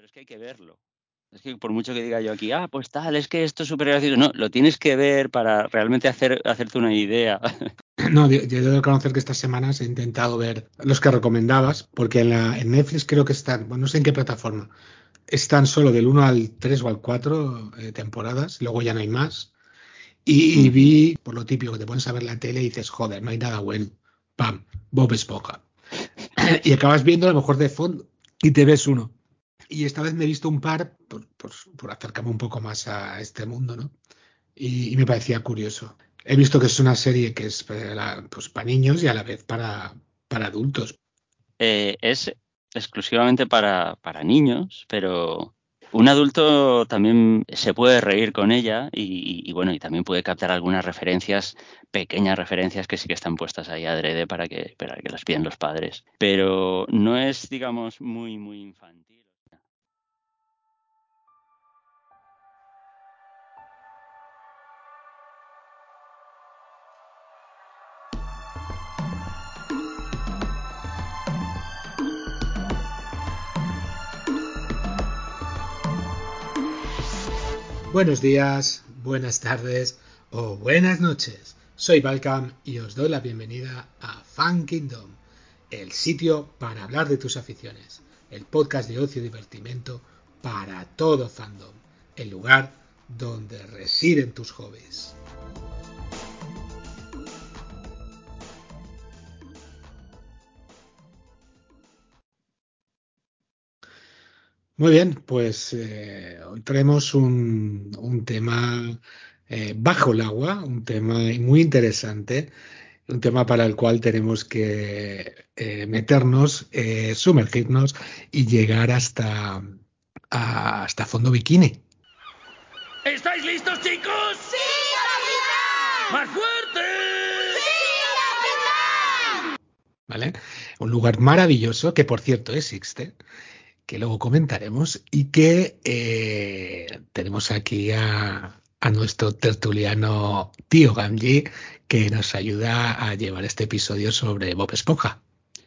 es que hay que verlo. Es que por mucho que diga yo aquí, pues tal, es que esto es súper gracioso. No, lo tienes que ver para realmente hacerte una idea. No, yo debo reconocer que estas semanas he intentado ver los que recomendabas, porque en Netflix creo que están, bueno, no sé en qué plataforma, están solo del 1 al 3 o al 4 temporadas, luego ya no hay más. Y vi, por lo típico, que te pones a ver la tele y dices, joder, no hay nada bueno. Pam, Bob Esponja. Y acabas viendo a lo mejor de fondo y te ves uno. Y esta vez me he visto un par por acercarme un poco más a este mundo, ¿no? Y me parecía curioso. He visto que es una serie que es pues, para niños y a la vez para adultos. Es exclusivamente para niños, pero un adulto también se puede reír con ella y bueno, y también puede captar algunas referencias, pequeñas referencias que sí que están puestas ahí adrede para que las pillen los padres. Pero no es, digamos, muy, muy infantil. Buenos días, buenas tardes o buenas noches. Soy Balcam y os doy la bienvenida a Fan Kingdom, el sitio para hablar de tus aficiones, el podcast de ocio y divertimento para todo fandom, el lugar donde residen tus hobbies. Muy bien, pues hoy traemos un tema bajo el agua, un tema muy interesante, un tema para el cual tenemos que meternos, sumergirnos y llegar hasta fondo bikini. ¿Estáis listos, chicos? ¡Sí, capitán! ¡Más fuerte! ¡Sí, capitán! ¿Vale? Un lugar maravilloso que, por cierto, existe, que luego comentaremos y que tenemos aquí a nuestro tertuliano tío Gamji que nos ayuda a llevar este episodio sobre Bob Esponja.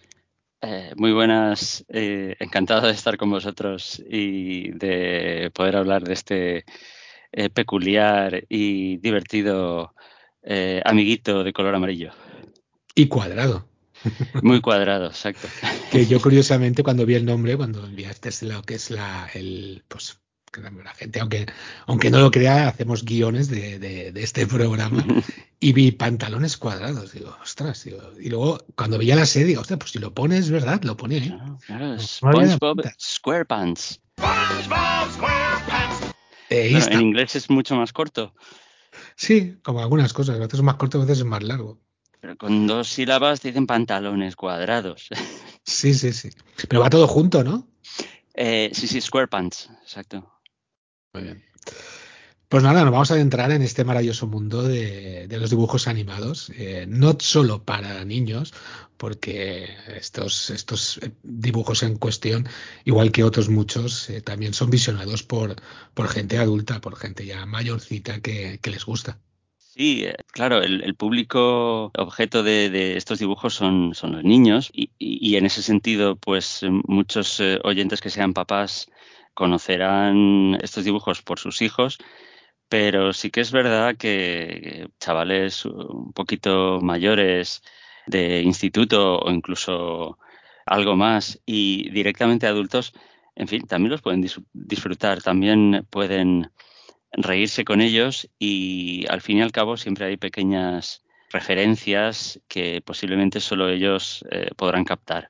Muy buenas, encantado de estar con vosotros y de poder hablar de este peculiar y divertido amiguito de color amarillo. Y cuadrado. Muy cuadrado, exacto. Que yo curiosamente cuando vi el nombre, cuando enviaste lo que es pues que la gente, aunque no lo crea, hacemos guiones de este programa y vi pantalones cuadrados, digo, ostras, digo, y luego cuando veía la serie, digo, ostras, pues si lo pones, ¿verdad? Lo pone ahí. Claro, No me había dado SpongeBob cuenta. SquarePants. SpongeBob SquarePants. Ahí Bueno, en está. inglés es mucho más corto, Sí, como algunas cosas, a veces es más corto, a veces es más largo. pero con 2 sílabas te dicen pantalones cuadrados. Sí, sí, sí. Pero va todo junto, ¿no? Sí, SquarePants, exacto. Muy bien. Pues nada, nos vamos a adentrar en este maravilloso mundo de los dibujos animados, no solo para niños, porque estos dibujos en cuestión, igual que otros muchos, también son visionados por gente adulta, por gente ya mayorcita que les gusta. Sí, claro, el público objeto de estos dibujos son los niños y en ese sentido, pues muchos oyentes que sean papás conocerán estos dibujos por sus hijos, pero sí que es verdad que chavales un poquito mayores de instituto o incluso algo más y directamente adultos, en fin, también los pueden disfrutar, también pueden reírse con ellos y al fin y al cabo siempre hay pequeñas referencias que posiblemente solo ellos podrán captar.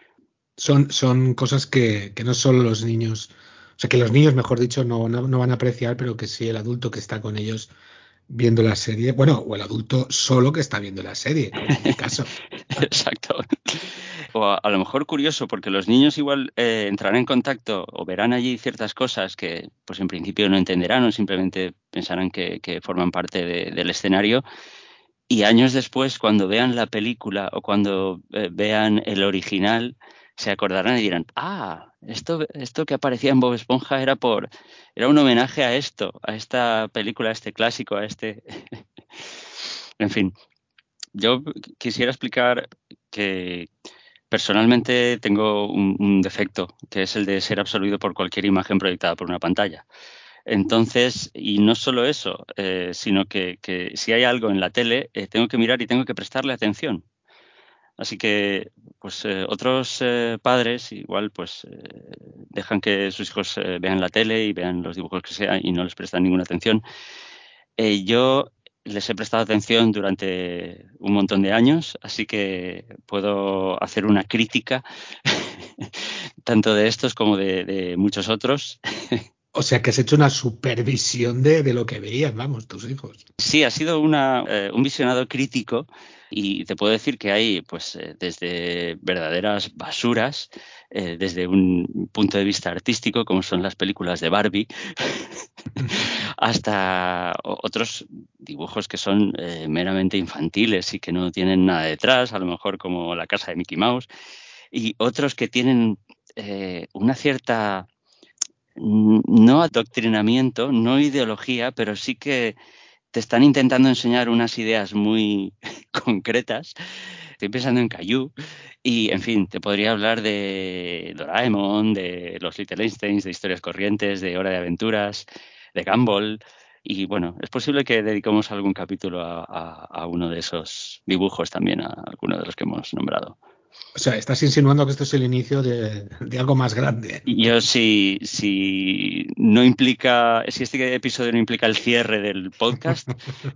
Son cosas que no solo los niños, o sea, que los niños, mejor dicho, no van a apreciar, pero que sí el adulto que está con ellos viendo la serie, bueno, o el adulto solo que está viendo la serie, como es mi caso. Exacto. O a lo mejor curioso, porque los niños igual entrarán en contacto o verán allí ciertas cosas que pues en principio no entenderán o simplemente pensarán que forman parte del escenario. Y años después, cuando vean la película o cuando vean el original, se acordarán y dirán, esto que aparecía en Bob Esponja era un homenaje a esto, a esta película, a este clásico, a este. En fin, yo quisiera explicar que Personalmente tengo un defecto, que es el de ser absorbido por cualquier imagen proyectada por una pantalla. Entonces, y no solo eso, sino que si hay algo en la tele, tengo que mirar y tengo que prestarle atención. Así que, pues otros padres igual pues dejan que sus hijos vean la tele y vean los dibujos que sea y no les prestan ninguna atención. Yo les he prestado atención durante un montón de años, así que puedo hacer una crítica tanto de estos como de muchos otros. O sea que has hecho una supervisión de lo que veían, vamos, tus hijos. Sí, ha sido un visionado crítico y te puedo decir que hay pues desde verdaderas basuras, desde un punto de vista artístico, como son las películas de Barbie, hasta otros dibujos que son meramente infantiles y que no tienen nada detrás, a lo mejor como La casa de Mickey Mouse, y otros que tienen una cierta, no adoctrinamiento, no ideología, pero sí que te están intentando enseñar unas ideas muy concretas. Estoy pensando en Caillou y, en fin, te podría hablar de Doraemon, de los Little Einsteins, de Historias Corrientes, de Hora de Aventuras, de Gumball. Y bueno, es posible que dediquemos algún capítulo a uno de esos dibujos también, a alguno de los que hemos nombrado. O sea, estás insinuando que esto es el inicio de algo más grande. Y yo si no implica, si este episodio no implica el cierre del podcast,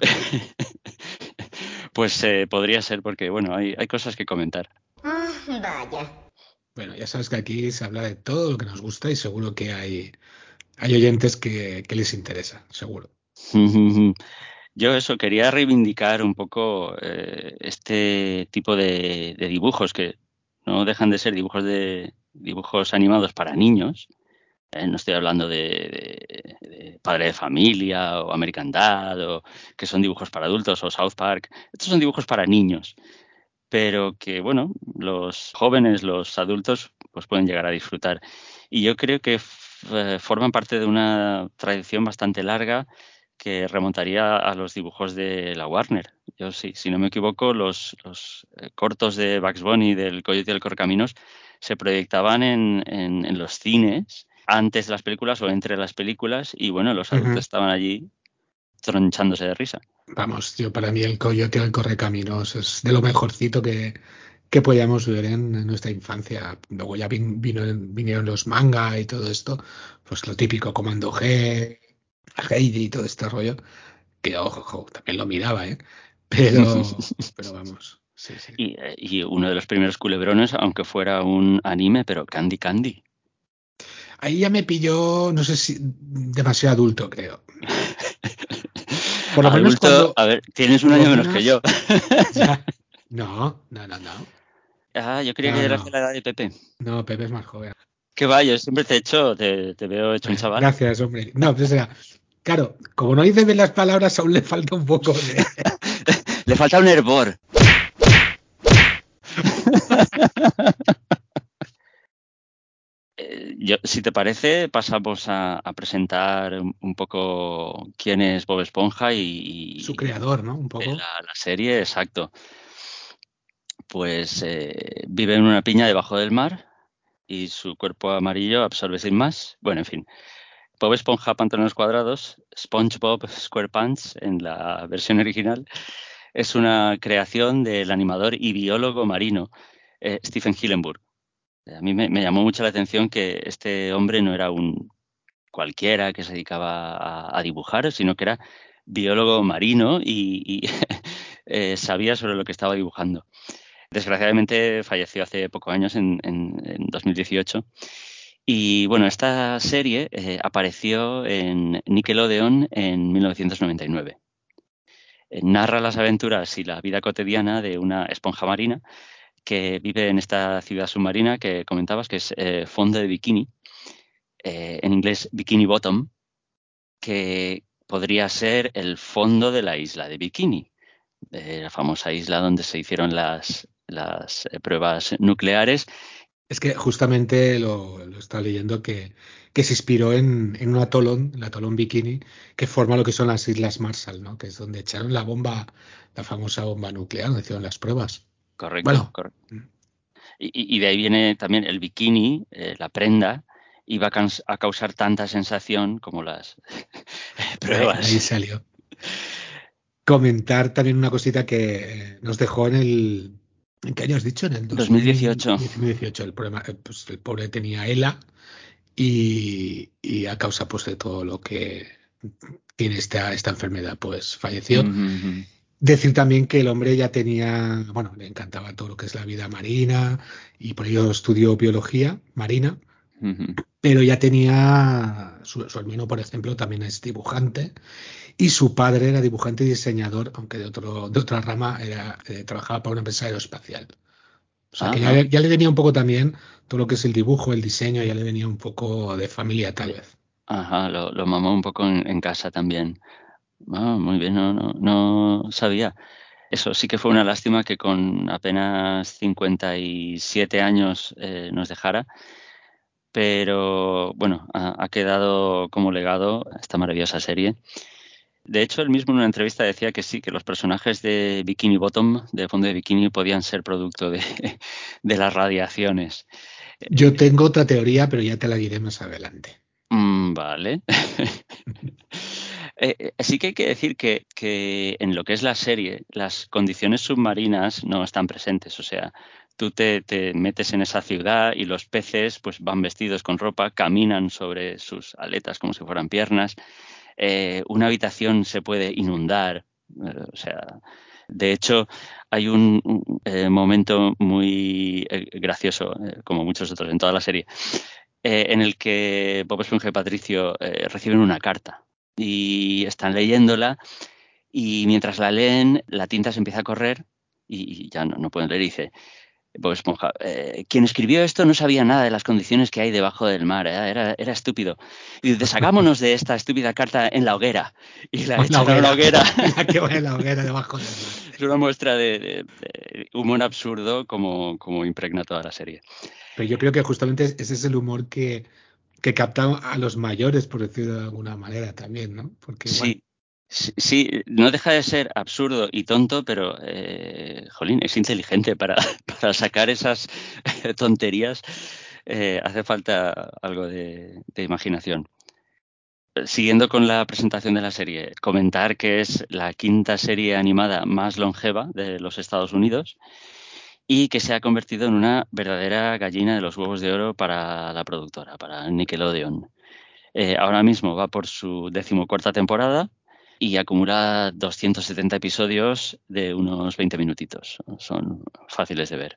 pues podría ser porque, bueno, hay cosas que comentar. Vaya. Bueno, ya sabes que aquí se habla de todo lo que nos gusta y seguro que hay oyentes que les interesa, seguro. Yo eso, quería reivindicar un poco este tipo de dibujos que no dejan de ser dibujos animados para niños. No estoy hablando de Padre de Familia o American Dad, o que son dibujos para adultos, o South Park. Estos son dibujos para niños, pero que, bueno, los jóvenes, los adultos, pues pueden llegar a disfrutar. Y yo creo que forman parte de una tradición bastante larga que remontaría a los dibujos de la Warner. Yo sí, si no me equivoco, los cortos de Bugs Bunny, del Coyote y el Correcaminos, se proyectaban en los cines antes de las películas o entre las películas y, bueno, los adultos Ujú. estaban allí tronchándose de risa. Vamos, yo para mí el Coyote o el Correcaminos es de lo mejorcito que podíamos ver en nuestra infancia. Luego ya vinieron los manga y todo esto, pues lo típico, Comando G, Heidi y todo este rollo, que ojo, también lo miraba, ¿eh? Pero vamos, sí, sí. Y uno de los primeros culebrones, aunque fuera un anime, pero Candy Candy. Ahí ya me pilló, no sé si demasiado adulto, creo. Por lo menos Adulto, cuando, a ver, tienes un por lo año menos que yo. menos, ya, no, Yo creía que eras de la edad de Pepe. no, Pepe es más joven. Qué va, yo siempre te veo hecho un chaval. Gracias, hombre. No, pues era, claro, como no dice bien las palabras, aún le falta un poco de... Le falta un hervor. Si te parece, pasamos a presentar un poco quién es Bob Esponja Su y creador, ¿no? Un de poco. la serie, exacto. Pues vive en una piña debajo del mar y su cuerpo amarillo absorbe sin más. Bueno, en fin. Bob Esponja Pantalones Cuadrados, SpongeBob SquarePants en la versión original, es una creación del animador y biólogo marino Stephen Hillenburg. A mí me llamó mucho la atención que este hombre no era un cualquiera que se dedicaba a dibujar, sino que era biólogo marino y sabía sobre lo que estaba dibujando. Desgraciadamente falleció hace pocos años, en 2018. Y bueno, esta serie apareció en Nickelodeon en 1999. Narra las aventuras y la vida cotidiana de una esponja marina que vive en esta ciudad submarina que comentabas, que es Fondo de Bikini, en inglés Bikini Bottom, que podría ser el fondo de la isla de Bikini, la famosa isla donde se hicieron las pruebas nucleares. Es que justamente lo estaba leyendo que se inspiró en un atolón, el atolón Bikini, que forma lo que son las Islas Marshall, ¿no? Que es donde echaron la bomba, la famosa bomba nuclear, donde hicieron las pruebas. Correcto, Bueno, correcto. Y de ahí viene también el bikini, la prenda, iba a causar tanta sensación como las De ahí pruebas. salió. Comentar también una cosita que nos dejó ¿en qué año has dicho? En el 2018. 2018. El problema, pues el pobre tenía ELA y a causa pues de todo lo que tiene esta enfermedad, pues falleció. Ujú, Decir también que el hombre ya tenía, bueno, le encantaba todo lo que es la vida marina y por ello estudió biología marina, ujú. pero ya tenía, su hermano, por ejemplo, también es dibujante y su padre era dibujante y diseñador, aunque de otra rama, trabajaba para una empresa aeroespacial. O sea que Ajá, ya le venía un poco también todo lo que es el dibujo, el diseño, ya le venía un poco de familia tal vez. ajá, lo mamó un poco en casa también. Ah, muy bien, no sabía. Eso sí que fue una lástima que con apenas 57 años nos dejara, pero bueno, ha quedado como legado esta maravillosa serie. De hecho, él mismo en una entrevista decía que sí, que los personajes de Bikini Bottom, de fondo de bikini, podían ser producto de, de las radiaciones. Yo tengo otra teoría, pero ya te la diré más adelante. Vale. Sí que hay que decir que en lo que es la serie, las condiciones submarinas no están presentes. O sea, tú te metes en esa ciudad y los peces pues van vestidos con ropa, caminan sobre sus aletas como si fueran piernas. Una habitación se puede inundar. O sea, de hecho, hay un momento muy gracioso, como muchos otros en toda la serie, en el que Bob Esponja y Patricio reciben una carta y están leyéndola y mientras la leen la tinta se empieza a correr y ya no pueden leer y dice Bob Esponja, quien escribió esto no sabía nada de las condiciones que hay debajo del mar, era estúpido. Y dice, sacámonos de esta estúpida carta en la hoguera. Y la La echan a una hoguera, hoguera. la que va en la hoguera debajo del mar. Es una muestra de humor absurdo como impregna toda la serie. Pero yo creo que justamente ese es el humor que capta a los mayores, por decirlo de alguna manera también, ¿no? Porque, bueno, Sí, sí, no deja de ser absurdo y tonto, pero, jolín, es inteligente para, para sacar esas tonterías. Hace falta algo de imaginación. Siguiendo con la presentación de la serie, comentar que es la quinta serie animada más longeva de los Estados Unidos y que se ha convertido en una verdadera gallina de los huevos de oro para la productora, para Nickelodeon. Ahora mismo va por su 14ª temporada y acumula 270 episodios de unos 20 minutitos. Son fáciles de ver.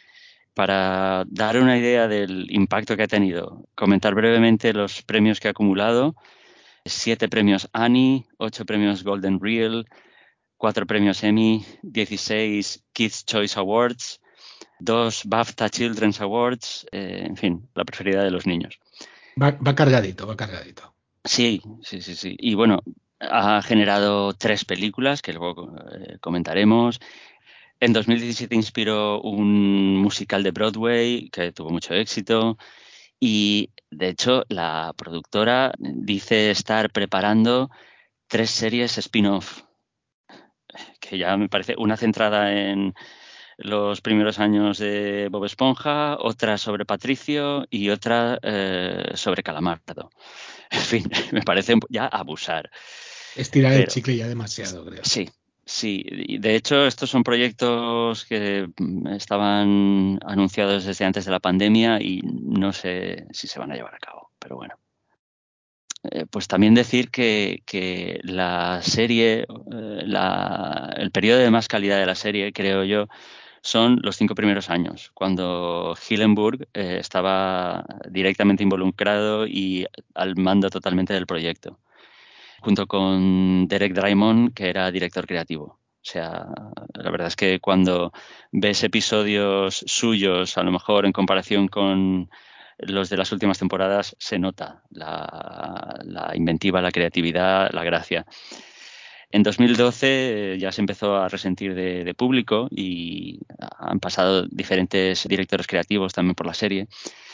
Para dar una idea del impacto que ha tenido, comentar brevemente los premios que ha acumulado. 7 premios Annie, 8 premios Golden Reel, 4 premios Emmy, 16 Kids' Choice Awards, 2 BAFTA Children's Awards, en fin, la preferida de los niños. va cargadito, va cargadito. Sí, sí, sí, sí. Y bueno, ha generado 3 películas que luego comentaremos. En 2017 inspiró un musical de Broadway que tuvo mucho éxito y de hecho la productora dice estar preparando 3 series spin-off, que ya me parece una centrada en los primeros años de Bob Esponja, otra sobre Patricio y otra sobre Calamardo. En fin, me parece ya abusar. Estirar el Pero chicle ya demasiado, creo. sí, sí. Y de hecho, estos son proyectos que estaban anunciados desde antes de la pandemia y no sé si se van a llevar a cabo. Pero bueno. Pues también decir que la serie, el periodo de más calidad de la serie, creo yo, son los 5 primeros años, cuando Hillenburg estaba directamente involucrado y al mando totalmente del proyecto, junto con Derek Drymon, que era director creativo. O sea, la verdad es que cuando ves episodios suyos, a lo mejor en comparación con los de las últimas temporadas, se nota la inventiva, la creatividad, la gracia. En 2012 ya se empezó a resentir de público y han pasado diferentes directores creativos también por la serie,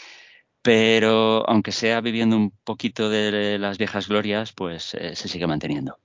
pero aunque sea viviendo un poquito de las viejas glorias, pues se sigue manteniendo.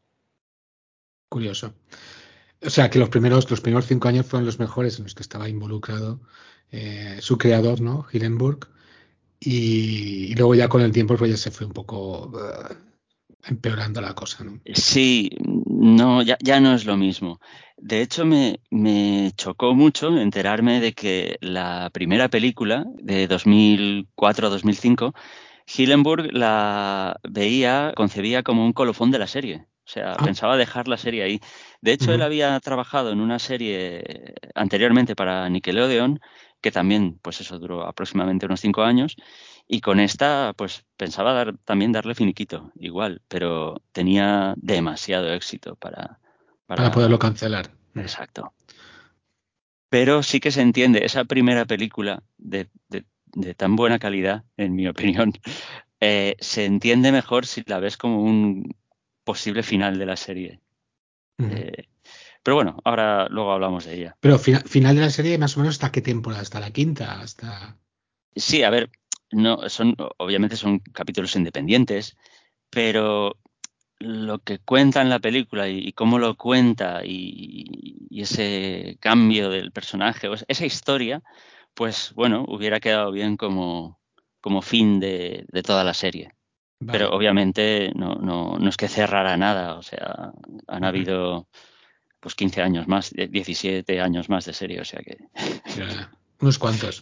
Curioso. O sea, que los primeros 5 años fueron los mejores en los que estaba involucrado su creador, ¿no? Hillenburg. Y luego ya con el tiempo pues ya se fue un poco empeorando la cosa, ¿no? Sí, no, ya no es lo mismo. De hecho, me chocó mucho enterarme de que la primera película de 2004-2005, Hillenburg la veía, concebía como un colofón de la serie. O sea, Ah, pensaba dejar la serie ahí. De hecho, él ujú. había trabajado en una serie anteriormente para Nickelodeon, que también, pues eso, duró aproximadamente unos 5 años. Y con esta, pues pensaba también darle finiquito, igual, pero tenía demasiado éxito Para poderlo para, cancelar. exacto. Pero sí que se entiende, esa primera película de tan buena calidad, en mi opinión, se entiende mejor si la ves como un posible final de la serie. Ujú. Eh, pero bueno, ahora luego hablamos de ella. Pero final de la serie, más o menos, ¿hasta qué temporada? ¿Hasta la quinta? Hasta... Sí, a ver, no, obviamente son capítulos independientes, pero lo que cuenta en la película y cómo lo cuenta y ese cambio del personaje, o esa historia, pues bueno, hubiera quedado bien como fin de toda la serie. Pero Vale. obviamente no es que cerrara nada, o sea, han Ujú. habido pues 15 años más, 17 años más de serie, o sea que Unos cuantos.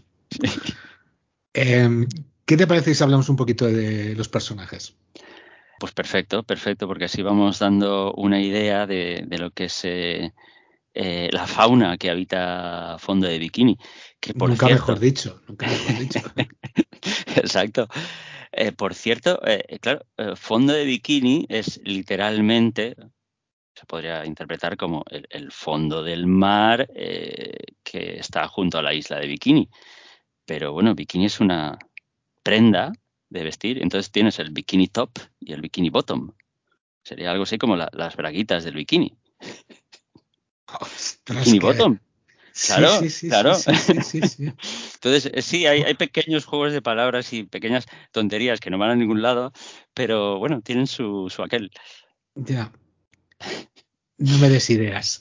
¿Qué te parece si hablamos un poquito de los personajes? pues perfecto, perfecto, porque así vamos dando una idea de lo que es la fauna que habita Fondo de Bikini, que por Nunca mejor cierto, dicho, nunca mejor dicho. exacto, por cierto, claro, Fondo de Bikini es literalmente, se podría interpretar como el fondo del mar que está junto a la isla de Bikini, pero bueno, bikini es una prenda de vestir, entonces tienes el bikini top y el bikini bottom, sería algo así como las braguitas del bikini, Ostras, bikini que... bottom. Sí, Claro, sí, sí, sí, claro. sí, sí, sí, sí. Entonces, sí, hay pequeños juegos de palabras y pequeñas tonterías que no van a ningún lado, pero bueno, tienen su aquel. Ya, no me des ideas.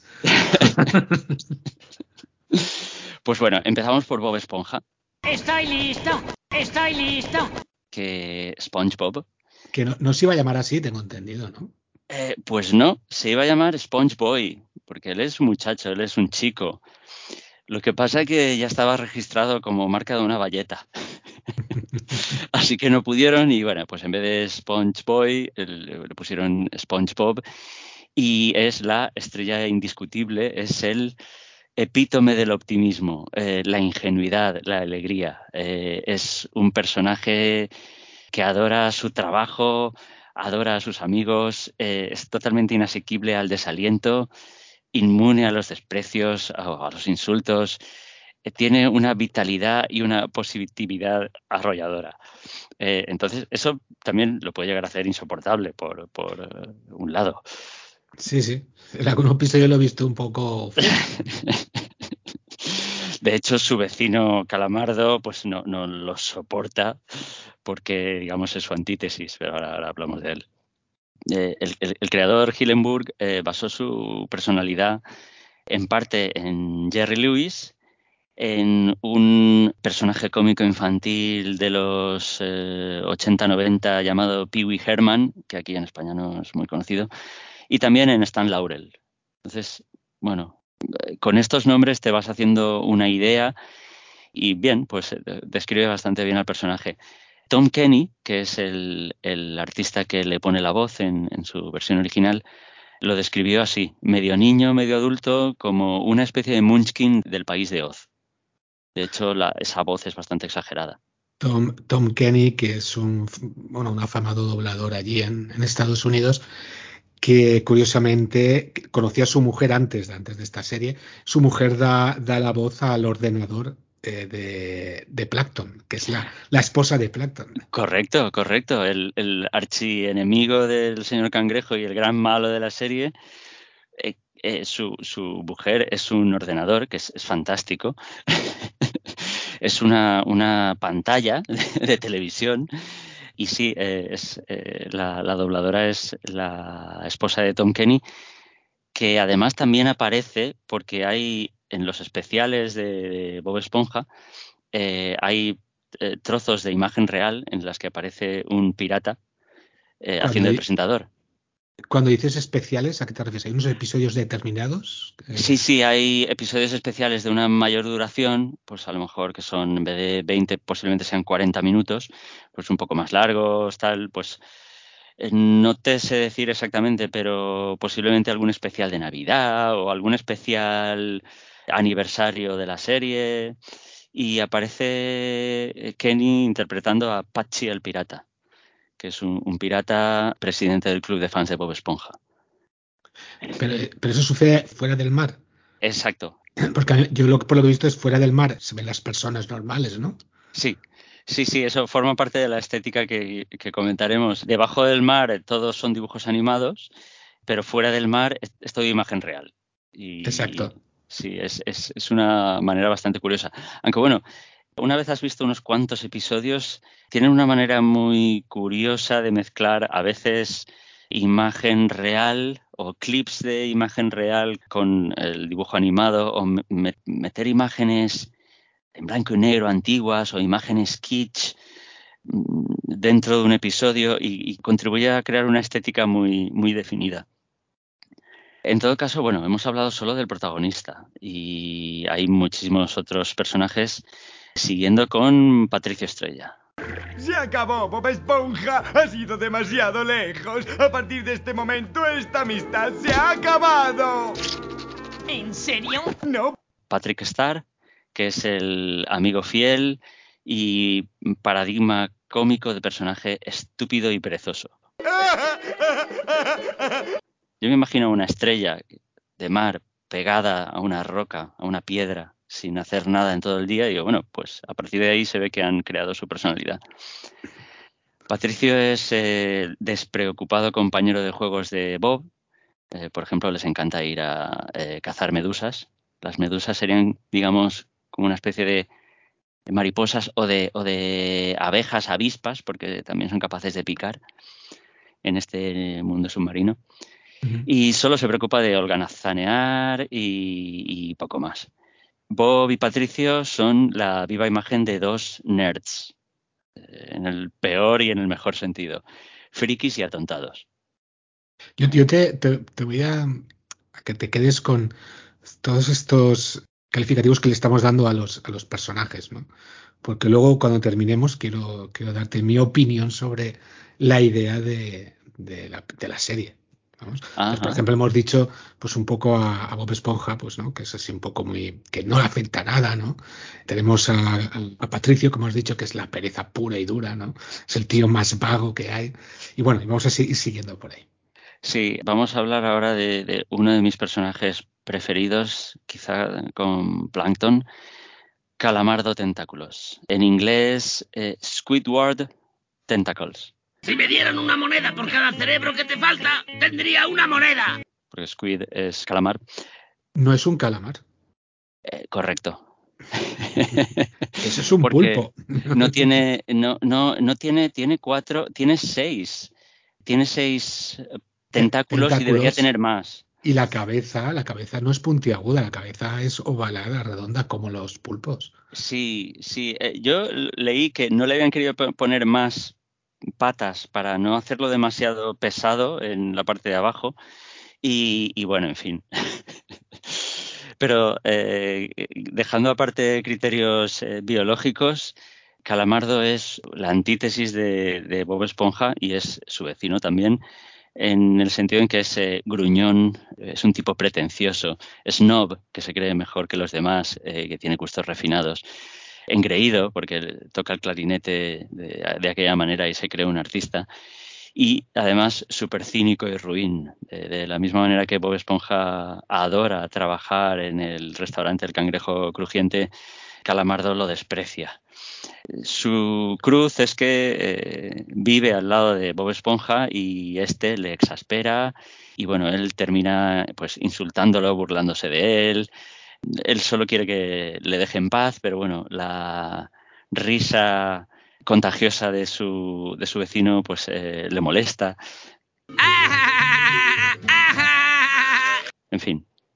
Pues bueno, empezamos por Bob Esponja, Estoy listo. Estoy listo. que SpongeBob. Que no se iba a llamar así, tengo entendido, ¿no? Pues no, se iba a llamar SpongeBoy, porque él es un muchacho, él es un chico. Lo que pasa es que ya estaba registrado como marca de una valleta. Así que no pudieron y bueno, pues en vez de SpongeBoy le pusieron SpongeBob y es la estrella indiscutible, es el epítome del optimismo, la ingenuidad, la alegría. Es un personaje que adora su trabajo, adora a sus amigos, es totalmente inasequible al desaliento, inmune a los desprecios, a los insultos. Tiene una vitalidad y una positividad arrolladora. Entonces, eso también lo puede llegar a hacer insoportable por un lado. Sí, sí. El algunos episodio lo he visto un poco. De hecho, su vecino Calamardo pues no lo soporta porque, digamos, es su antítesis, pero ahora hablamos de él. El creador Hillenburg basó su personalidad en parte en Jerry Lewis, en un personaje cómico infantil de los 80-90 llamado Pee Wee Herman, que aquí en España no es muy conocido, y también en Stan Laurel. Entonces, bueno, con estos nombres te vas haciendo una idea y bien, pues describe bastante bien al personaje. Tom Kenny, que es el artista que le pone la voz en su versión original, lo describió así, medio niño, medio adulto, como una especie de Munchkin del país de Oz. De hecho, esa voz es bastante exagerada. Tom Kenny, que es bueno, un afamado doblador allí en Estados Unidos, que curiosamente conocía a su mujer antes de esta serie. Su mujer da la voz al ordenador de Plankton, que es la esposa de Plankton. Correcto, correcto. El archienemigo del señor Cangrejo y el gran malo de la serie, su mujer es un ordenador que es fantástico. Es una pantalla de televisión y sí, la dobladora es la esposa de Tom Kenny, que además también aparece porque hay en los especiales de Bob Esponja hay trozos de imagen real en las que aparece un pirata Cuando, haciendo de presentador. cuando dices especiales, ¿a qué te refieres? ¿Hay unos episodios determinados? Sí, hay episodios especiales de una mayor duración, pues a lo mejor que son, en vez de 20, posiblemente sean 40 minutos, pues un poco más largos, tal, pues no te sé decir exactamente, pero posiblemente algún especial de Navidad o algún especial aniversario de la serie. Y aparece Kenny interpretando a Patchy el pirata, que es un pirata presidente del club de fans de Bob Esponja. Pero eso sucede fuera del mar. Exacto. Porque yo por lo que he visto es fuera del mar, se ven las personas normales, ¿no? Sí, eso forma parte de la estética que comentaremos. Debajo del mar todos son dibujos animados, pero fuera del mar es todo imagen real. Exacto. Y sí, es una manera bastante curiosa. Aunque bueno, una vez has visto unos cuantos episodios, tienen una manera muy curiosa de mezclar a veces imagen real o clips de imagen real con el dibujo animado o meter imágenes en blanco y negro antiguas o imágenes kitsch dentro de un episodio y contribuye a crear una estética muy definida. En todo caso, bueno, hemos hablado solo del protagonista y hay muchísimos otros personajes, siguiendo con Patricio Estrella. Se acabó, Bob Esponja. Has ido demasiado lejos. A partir de este momento, esta amistad se ha acabado. ¿En serio? No. Patrick Star, que es el amigo fiel y paradigma cómico de personaje estúpido y perezoso. Yo me imagino una estrella de mar pegada a una roca, a una piedra, sin hacer nada en todo el día, y digo, bueno, pues a partir de ahí se ve que han creado su personalidad. Patricio es despreocupado compañero de juegos de Bob. Por ejemplo, les encanta ir a cazar medusas. Las medusas serían, digamos, como una especie de mariposas o de abejas, avispas, porque también son capaces de picar en este mundo submarino. Y solo se preocupa de holgazanear y poco más. Bob y Patricio son la viva imagen de dos nerds, en el peor y en el mejor sentido, frikis y atontados. Yo te voy a que te quedes con todos estos calificativos que le estamos dando a los personajes, ¿no? Porque luego cuando terminemos quiero darte mi opinión sobre la idea de la serie. Vamos. Entonces, por Ajá. ejemplo, hemos dicho pues un poco a Bob Esponja, pues, ¿no? Que es así un poco muy, que no le afecta nada, ¿no? Tenemos a Patricio, como has dicho, que es la pereza pura y dura, ¿no? Es el tío más vago que hay. Y bueno, y vamos a seguir siguiendo por ahí. Sí, vamos a hablar ahora de uno de mis personajes preferidos, quizá con Plankton, Calamardo Tentáculos. En inglés, Squidward Tentacles. Si me dieran una moneda por cada cerebro que te falta, tendría una moneda. Porque Squid es calamar. No es un calamar. Correcto. Eso es un Porque pulpo. tiene seis. Tiene seis tentáculos y debería Tentáculos. tener más. Y la cabeza no es puntiaguda, la cabeza es ovalada, redonda, como los pulpos. Sí. Yo leí que no le habían querido poner más patas para no hacerlo demasiado pesado en la parte de abajo. Y bueno, en fin. Pero dejando aparte criterios biológicos, Calamardo es la antítesis de Bob Esponja y es su vecino también, en el sentido en que es gruñón, es un tipo pretencioso, snob, que se cree mejor que los demás, que tiene gustos refinados, engreído, porque toca el clarinete de aquella manera y se cree un artista, y además súper cínico y ruin. De la misma manera que Bob Esponja adora trabajar en el restaurante El Cangrejo Crujiente, Calamardo lo desprecia. Su cruz es que vive al lado de Bob Esponja y este le exaspera y bueno, él termina pues insultándolo, burlándose de él. Él solo quiere que le deje en paz, pero bueno, la risa contagiosa de su vecino pues le molesta. En fin,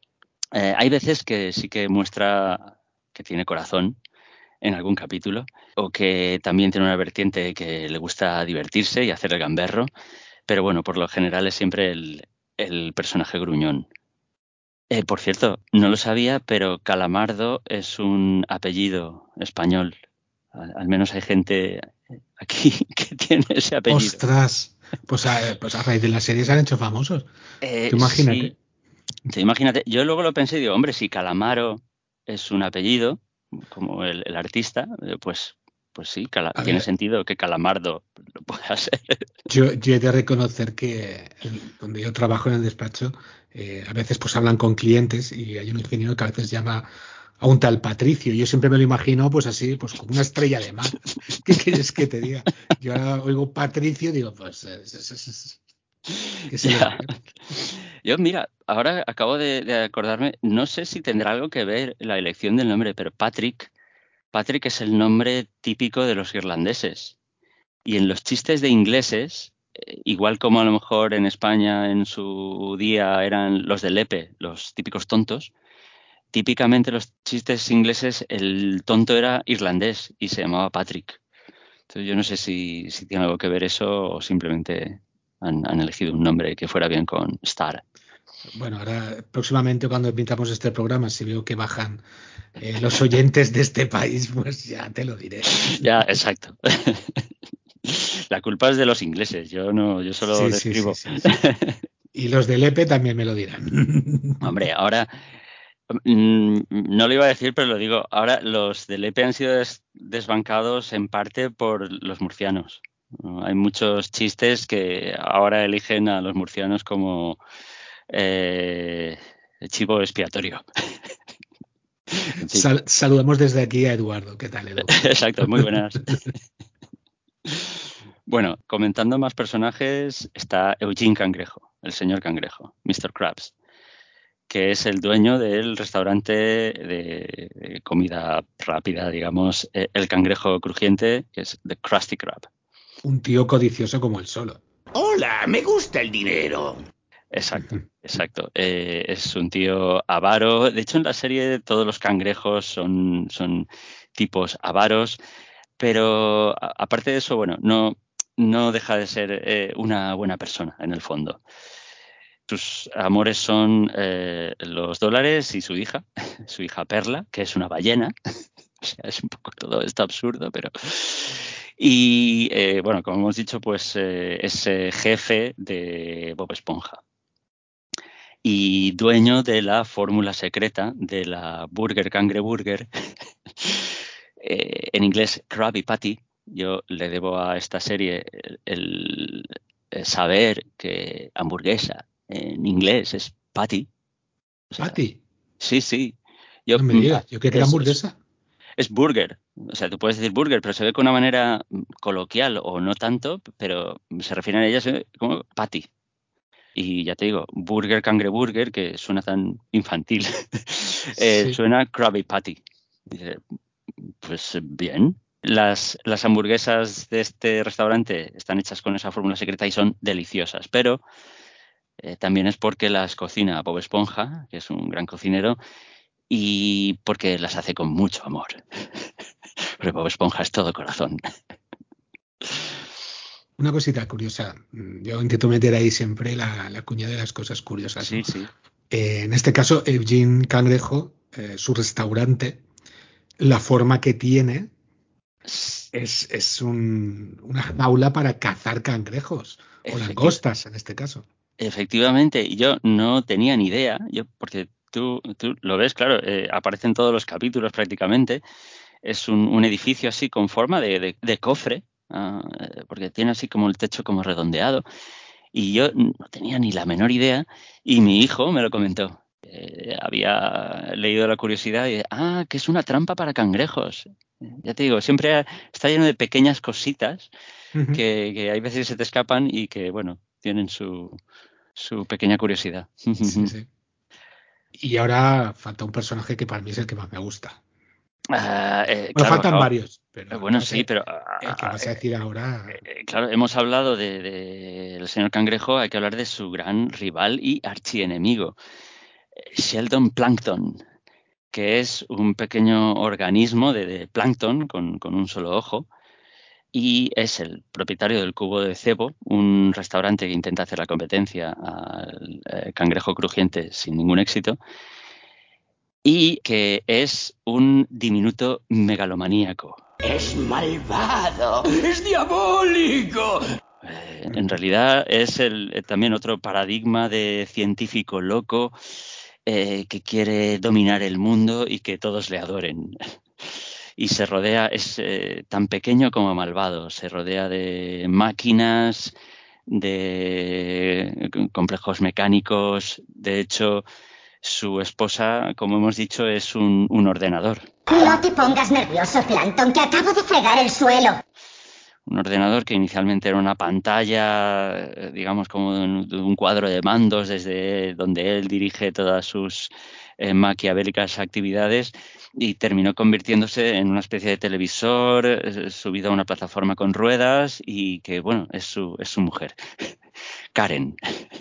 Hay veces que sí que muestra que tiene corazón en algún capítulo, o que también tiene una vertiente que le gusta divertirse y hacer el gamberro, pero bueno, por lo general es siempre el personaje gruñón. Por cierto, no lo sabía, pero Calamardo es un apellido español. Al menos hay gente aquí que tiene ese apellido. Ostras, pues a raíz de la serie se han hecho famosos. Tú Sí, imagínate. imagínate, yo luego lo pensé y digo, hombre, si Calamaro es un apellido, como el artista, pues sí, A tiene ver, sentido que Calamardo lo pueda ser. yo he de reconocer que donde yo trabajo en el despacho, a veces pues hablan con clientes y hay un ingeniero que a veces llama a un tal Patricio. Yo siempre me lo imagino pues así, pues como una estrella de mar. ¿Qué quieres que te diga? Yo ahora oigo Patricio y digo, pues, ¿qué se le va a Ya. hacer? Yo, mira, ahora acabo de acordarme, no sé si tendrá algo que ver la elección del nombre, pero Patrick es el nombre típico de los irlandeses. Y en los chistes de ingleses, igual como a lo mejor en España en su día eran los de Lepe, los típicos tontos, típicamente los chistes ingleses, el tonto era irlandés y se llamaba Patrick. Entonces yo no sé si tiene algo que ver eso o simplemente han elegido un nombre que fuera bien con Star. Bueno, ahora próximamente cuando emitamos este programa, si veo que bajan los oyentes de este país, pues ya te lo diré. Ya, exacto. La culpa es de los ingleses, yo no, yo solo Sí, sí, sí, describo. sí, sí. Y los del EPE también me lo dirán. Hombre, ahora no lo iba a decir, pero lo digo. Ahora los del EPE han sido desbancados en parte por los murcianos. Hay muchos chistes que ahora eligen a los murcianos como eh, chivo expiatorio. En fin, Saludamos desde aquí a Eduardo. ¿Qué tal, Edu? exacto, muy buenas. Bueno, comentando más personajes, está Eugene Cangrejo, el señor Cangrejo, Mr. Krabs, que es el dueño del restaurante de comida rápida, digamos, el cangrejo crujiente, que es The Krusty Krab. Un tío codicioso como el solo. Hola, me gusta el dinero. Exacto, exacto. Es un tío avaro. De hecho, en la serie todos los cangrejos son tipos avaros, pero aparte de eso, bueno, no deja de ser una buena persona en el fondo. Sus amores son los dólares y su hija Perla, que es una ballena. O sea, es un poco todo esto absurdo, pero... Y bueno, como hemos dicho, pues es jefe de Bob Esponja y dueño de la fórmula secreta de la Burger Cangreburger, en inglés Krabby Patty. Yo le debo a esta serie el saber que hamburguesa en inglés es patty. O sea, Pati, sí, sí. Yo, no me digas, yo creo que era es, hamburguesa. es burger. O sea, tú puedes decir burger, pero se ve con una manera coloquial o no tanto, pero se refieren a ellas como patty. Y ya te digo, Burger Cangreburger, que suena tan infantil, Sí. suena Krabby Patty. Dice, pues bien. Las hamburguesas de este restaurante están hechas con esa fórmula secreta y son deliciosas, pero también es porque las cocina Bob Esponja, que es un gran cocinero, y porque las hace con mucho amor. Porque Bob Esponja es todo corazón. Una cosita curiosa. Yo intento meter ahí siempre la cuña de las cosas curiosas, ¿no? Sí, sí. En este caso, Eugene Cangrejo, su restaurante, la forma que tiene es una jaula para cazar cangrejos o Efecti- langostas en este caso. Efectivamente, y yo no tenía ni idea, porque tú lo ves, claro, aparece en todos los capítulos prácticamente. Es un edificio así con forma de cofre, porque tiene así como el techo como redondeado. Y yo no tenía ni la menor idea y mi hijo me lo comentó. Había leído la curiosidad y, que es una trampa para cangrejos. Ya te digo, siempre está lleno de pequeñas cositas Ujú. que hay veces se te escapan y que, bueno, tienen su pequeña curiosidad. Sí, sí. Y ahora falta un personaje que para mí es el que más me gusta. Bueno, Claro, faltan acabo- varios, pero bueno, sí, pero el que vas a decir ahora, claro, hemos hablado del señor Cangrejo, hay que hablar de su gran rival y archienemigo. Sheldon Plankton, que es un pequeño organismo de plancton con un solo ojo, y es el propietario del Cubo de Cebo, un restaurante que intenta hacer la competencia al Cangrejo Crujiente sin ningún éxito, y que es un diminuto megalomaníaco. ¡Es malvado! ¡Es diabólico! En realidad es también otro paradigma de científico loco que quiere dominar el mundo y que todos le adoren. Y se rodea, es tan pequeño como malvado, se rodea de máquinas, de complejos mecánicos. De hecho, su esposa, como hemos dicho, es un ordenador. No te pongas nervioso, Plankton, que acabo de fregar el suelo. Un ordenador que inicialmente era una pantalla, digamos, como de un cuadro de mandos desde donde él dirige todas sus maquiavélicas actividades, y terminó convirtiéndose en una especie de televisor subido a una plataforma con ruedas, y que, bueno, es su mujer, Karen.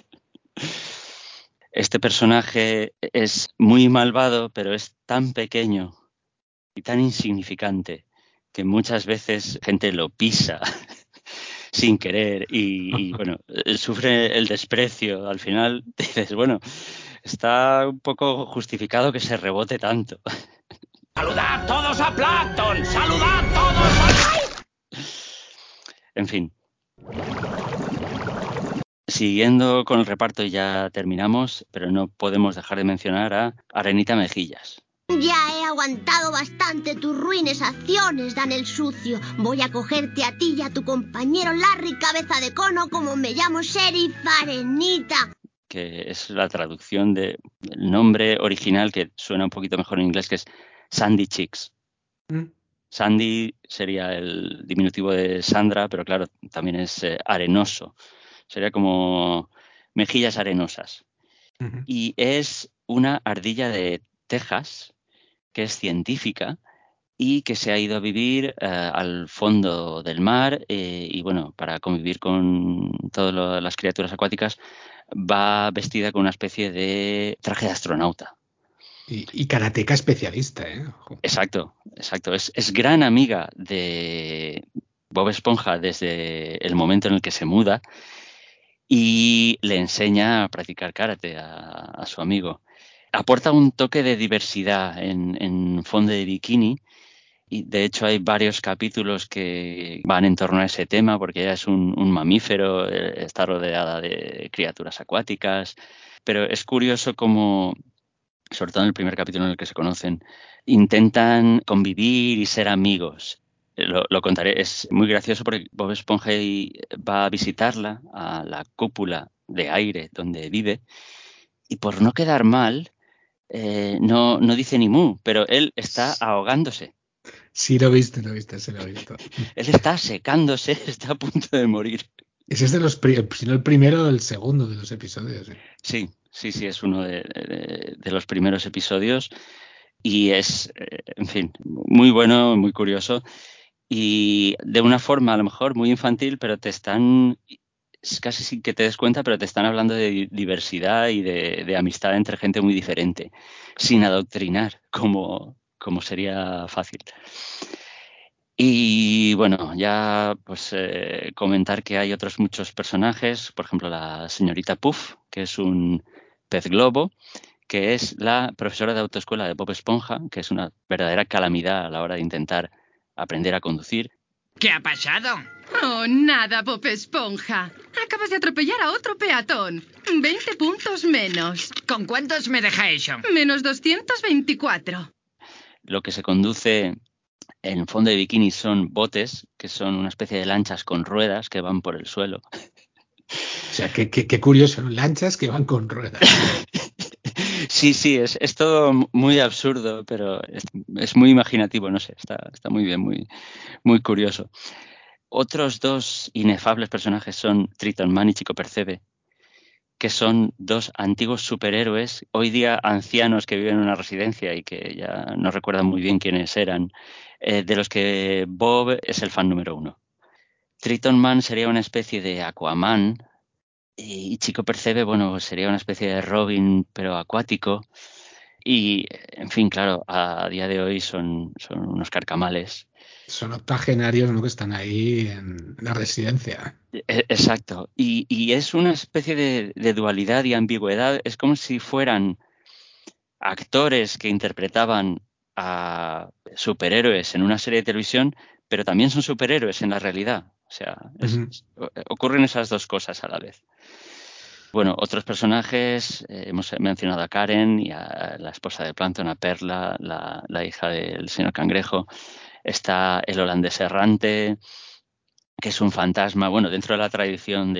Este personaje es muy malvado, pero es tan pequeño y tan insignificante que muchas veces gente lo pisa sin querer y bueno, sufre el desprecio. Al final dices, bueno, está un poco justificado que se rebote tanto. ¡Saludad todos a Plankton! ¡Saludad todos a... En fin. Siguiendo con el reparto, y ya terminamos, pero no podemos dejar de mencionar a Arenita Mejillas. Ya he aguantado bastante tus ruines acciones, Dan el Sucio. Voy a cogerte a ti y a tu compañero Larry Cabeza de Cono, como me llamo Sheriff Arenita. Que es la traducción del nombre original, que suena un poquito mejor en inglés, que es Sandy Cheeks. Sandy sería el diminutivo de Sandra, pero claro, también es arenoso. Sería como mejillas arenosas. Y es una ardilla de Texas que es científica y que se ha ido a vivir al fondo del mar y bueno, para convivir con todas las criaturas acuáticas va vestida con una especie de traje de astronauta. Y karateca especialista, ¿eh? Ojo. Exacto. Es gran amiga de Bob Esponja desde el momento en el que se muda y le enseña a practicar karate a su amigo. Aporta un toque de diversidad en Fondo de Bikini, y de hecho hay varios capítulos que van en torno a ese tema, porque ella es un mamífero, está rodeada de criaturas acuáticas, pero es curioso cómo, sobre todo en el primer capítulo en el que se conocen, intentan convivir y ser amigos. Lo contaré, es muy gracioso porque Bob Esponja va a visitarla a la cúpula de aire donde vive, y por no quedar mal, no dice ni mu, pero él está ahogándose. Sí, lo viste, se lo he visto. Él está secándose, está a punto de morir. Ese es de los, si no el primero, el segundo de los episodios. Sí, es uno de los primeros episodios y es, en fin, muy bueno, muy curioso y de una forma a lo mejor muy infantil, pero es casi sin que te des cuenta, pero te están hablando de diversidad y de amistad entre gente muy diferente, sin adoctrinar, como sería fácil. Y bueno, ya pues comentar que hay otros muchos personajes, por ejemplo la señorita Puff, que es un pez globo, que es la profesora de autoescuela de Bob Esponja, que es una verdadera calamidad a la hora de intentar aprender a conducir. ¿Qué ha pasado? Oh, nada, Bob Esponja. Acabas de atropellar a otro peatón. 20 puntos menos. ¿Con cuántos me deja eso? Menos 224. Lo que se conduce en Fondo de Bikini son botes, que son una especie de lanchas con ruedas que van por el suelo. O sea, qué curioso, ¿no? Lanchas que van con ruedas. Sí, es todo muy absurdo, pero es muy imaginativo, no sé, está muy bien, muy curioso. Otros dos inefables personajes son Triton Man y Chico Percebe, que son dos antiguos superhéroes, hoy día ancianos que viven en una residencia y que ya no recuerdan muy bien quiénes eran, de los que Bob es el fan número 1. Triton Man sería una especie de Aquaman y Chico Percebe, bueno, sería una especie de Robin, pero acuático. Y, en fin, claro, a día de hoy son unos carcamales. Son octogenarios, ¿no? Que están ahí en la residencia. Exacto. Y es una especie de dualidad y ambigüedad. Es como si fueran actores que interpretaban a superhéroes en una serie de televisión, pero también son superhéroes en la realidad. O sea, Ujú. ocurren esas dos cosas a la vez. Bueno, otros personajes, hemos mencionado a Karen y a la esposa de Plankton, a Perla, la hija del señor Cangrejo. Está el holandés errante, que es un fantasma, bueno, dentro de la tradición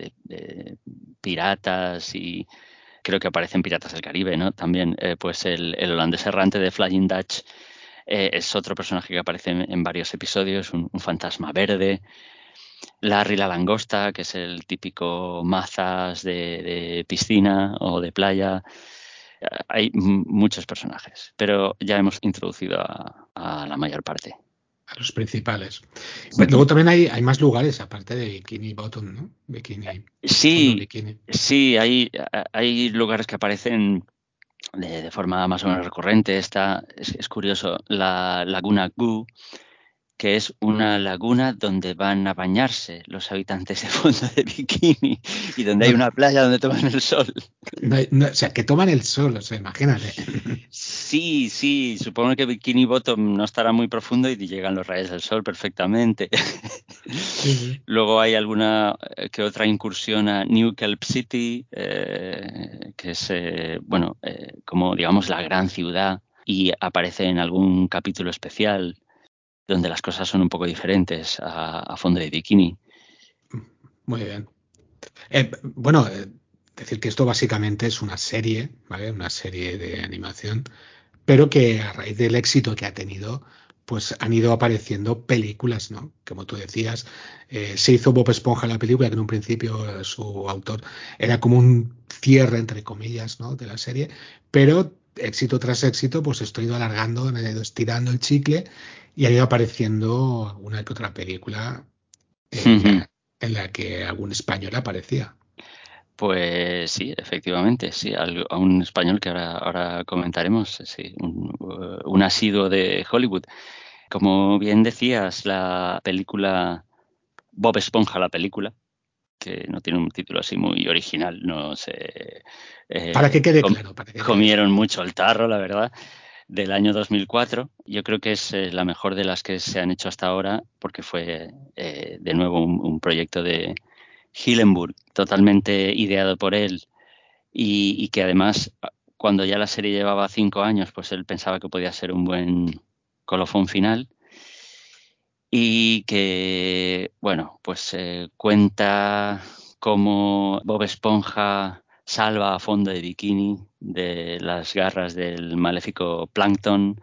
de piratas, y creo que aparecen Piratas del Caribe, ¿no? También, pues el holandés errante de Flying Dutch es otro personaje que aparece en varios episodios, un fantasma verde. Larry la langosta, que es el típico mazas de piscina o de playa. Hay muchos personajes, pero ya hemos introducido a la mayor parte. A los principales. Pero luego también hay más lugares, aparte de Bikini Bottom, ¿no? Bikini, fondo Sí, bikini. sí, hay lugares que aparecen de forma más o menos recurrente. Es curioso, la Laguna Goo, que es una laguna donde van a bañarse los habitantes de fondo de bikini y donde hay No, una playa donde toman el sol. o sea, que toman el sol, o sea, imagínate. Sí, sí, supongo que Bikini Bottom no estará muy profundo y llegan los rayos del sol perfectamente. Sí, sí. Luego hay alguna que otra incursión a New Kelp City, que es, bueno, como digamos la gran ciudad, y aparece en algún capítulo especial donde las cosas son un poco diferentes a fondo de bikini. Muy bien. Bueno, decir que esto básicamente es una serie, ¿vale? Una serie de animación, pero que a raíz del éxito que ha tenido, pues han ido apareciendo películas, ¿no? Como tú decías, se hizo Bob Esponja la película, que en un principio su autor era como un cierre, entre comillas, ¿no? De la serie, pero éxito tras éxito, pues esto ha ido alargando, han ido estirando el chicle y ha ido apareciendo una que otra película en la que algún español aparecía. Pues sí, efectivamente, sí, a un español que ahora comentaremos, sí, un asiduo de Hollywood. Como bien decías, la película Bob Esponja, la película, que no tiene un título así muy original, no sé, Para que quede com- claro, para que quede claro. comieron mucho el tarro, la verdad, del año 2004. Yo creo que es la mejor de las que se han hecho hasta ahora, porque fue de nuevo un proyecto de Hillenburg, totalmente ideado por él y que además, cuando ya la serie llevaba 5 años, pues él pensaba que podía ser un buen colofón final y que, bueno, pues cuenta cómo Bob Esponja salva a fondo de bikini de las garras del maléfico Plankton,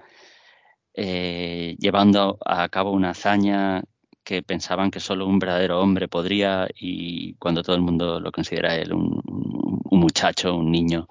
llevando a cabo una hazaña que pensaban que solo un verdadero hombre podría, y cuando todo el mundo lo considera él un muchacho, un niño.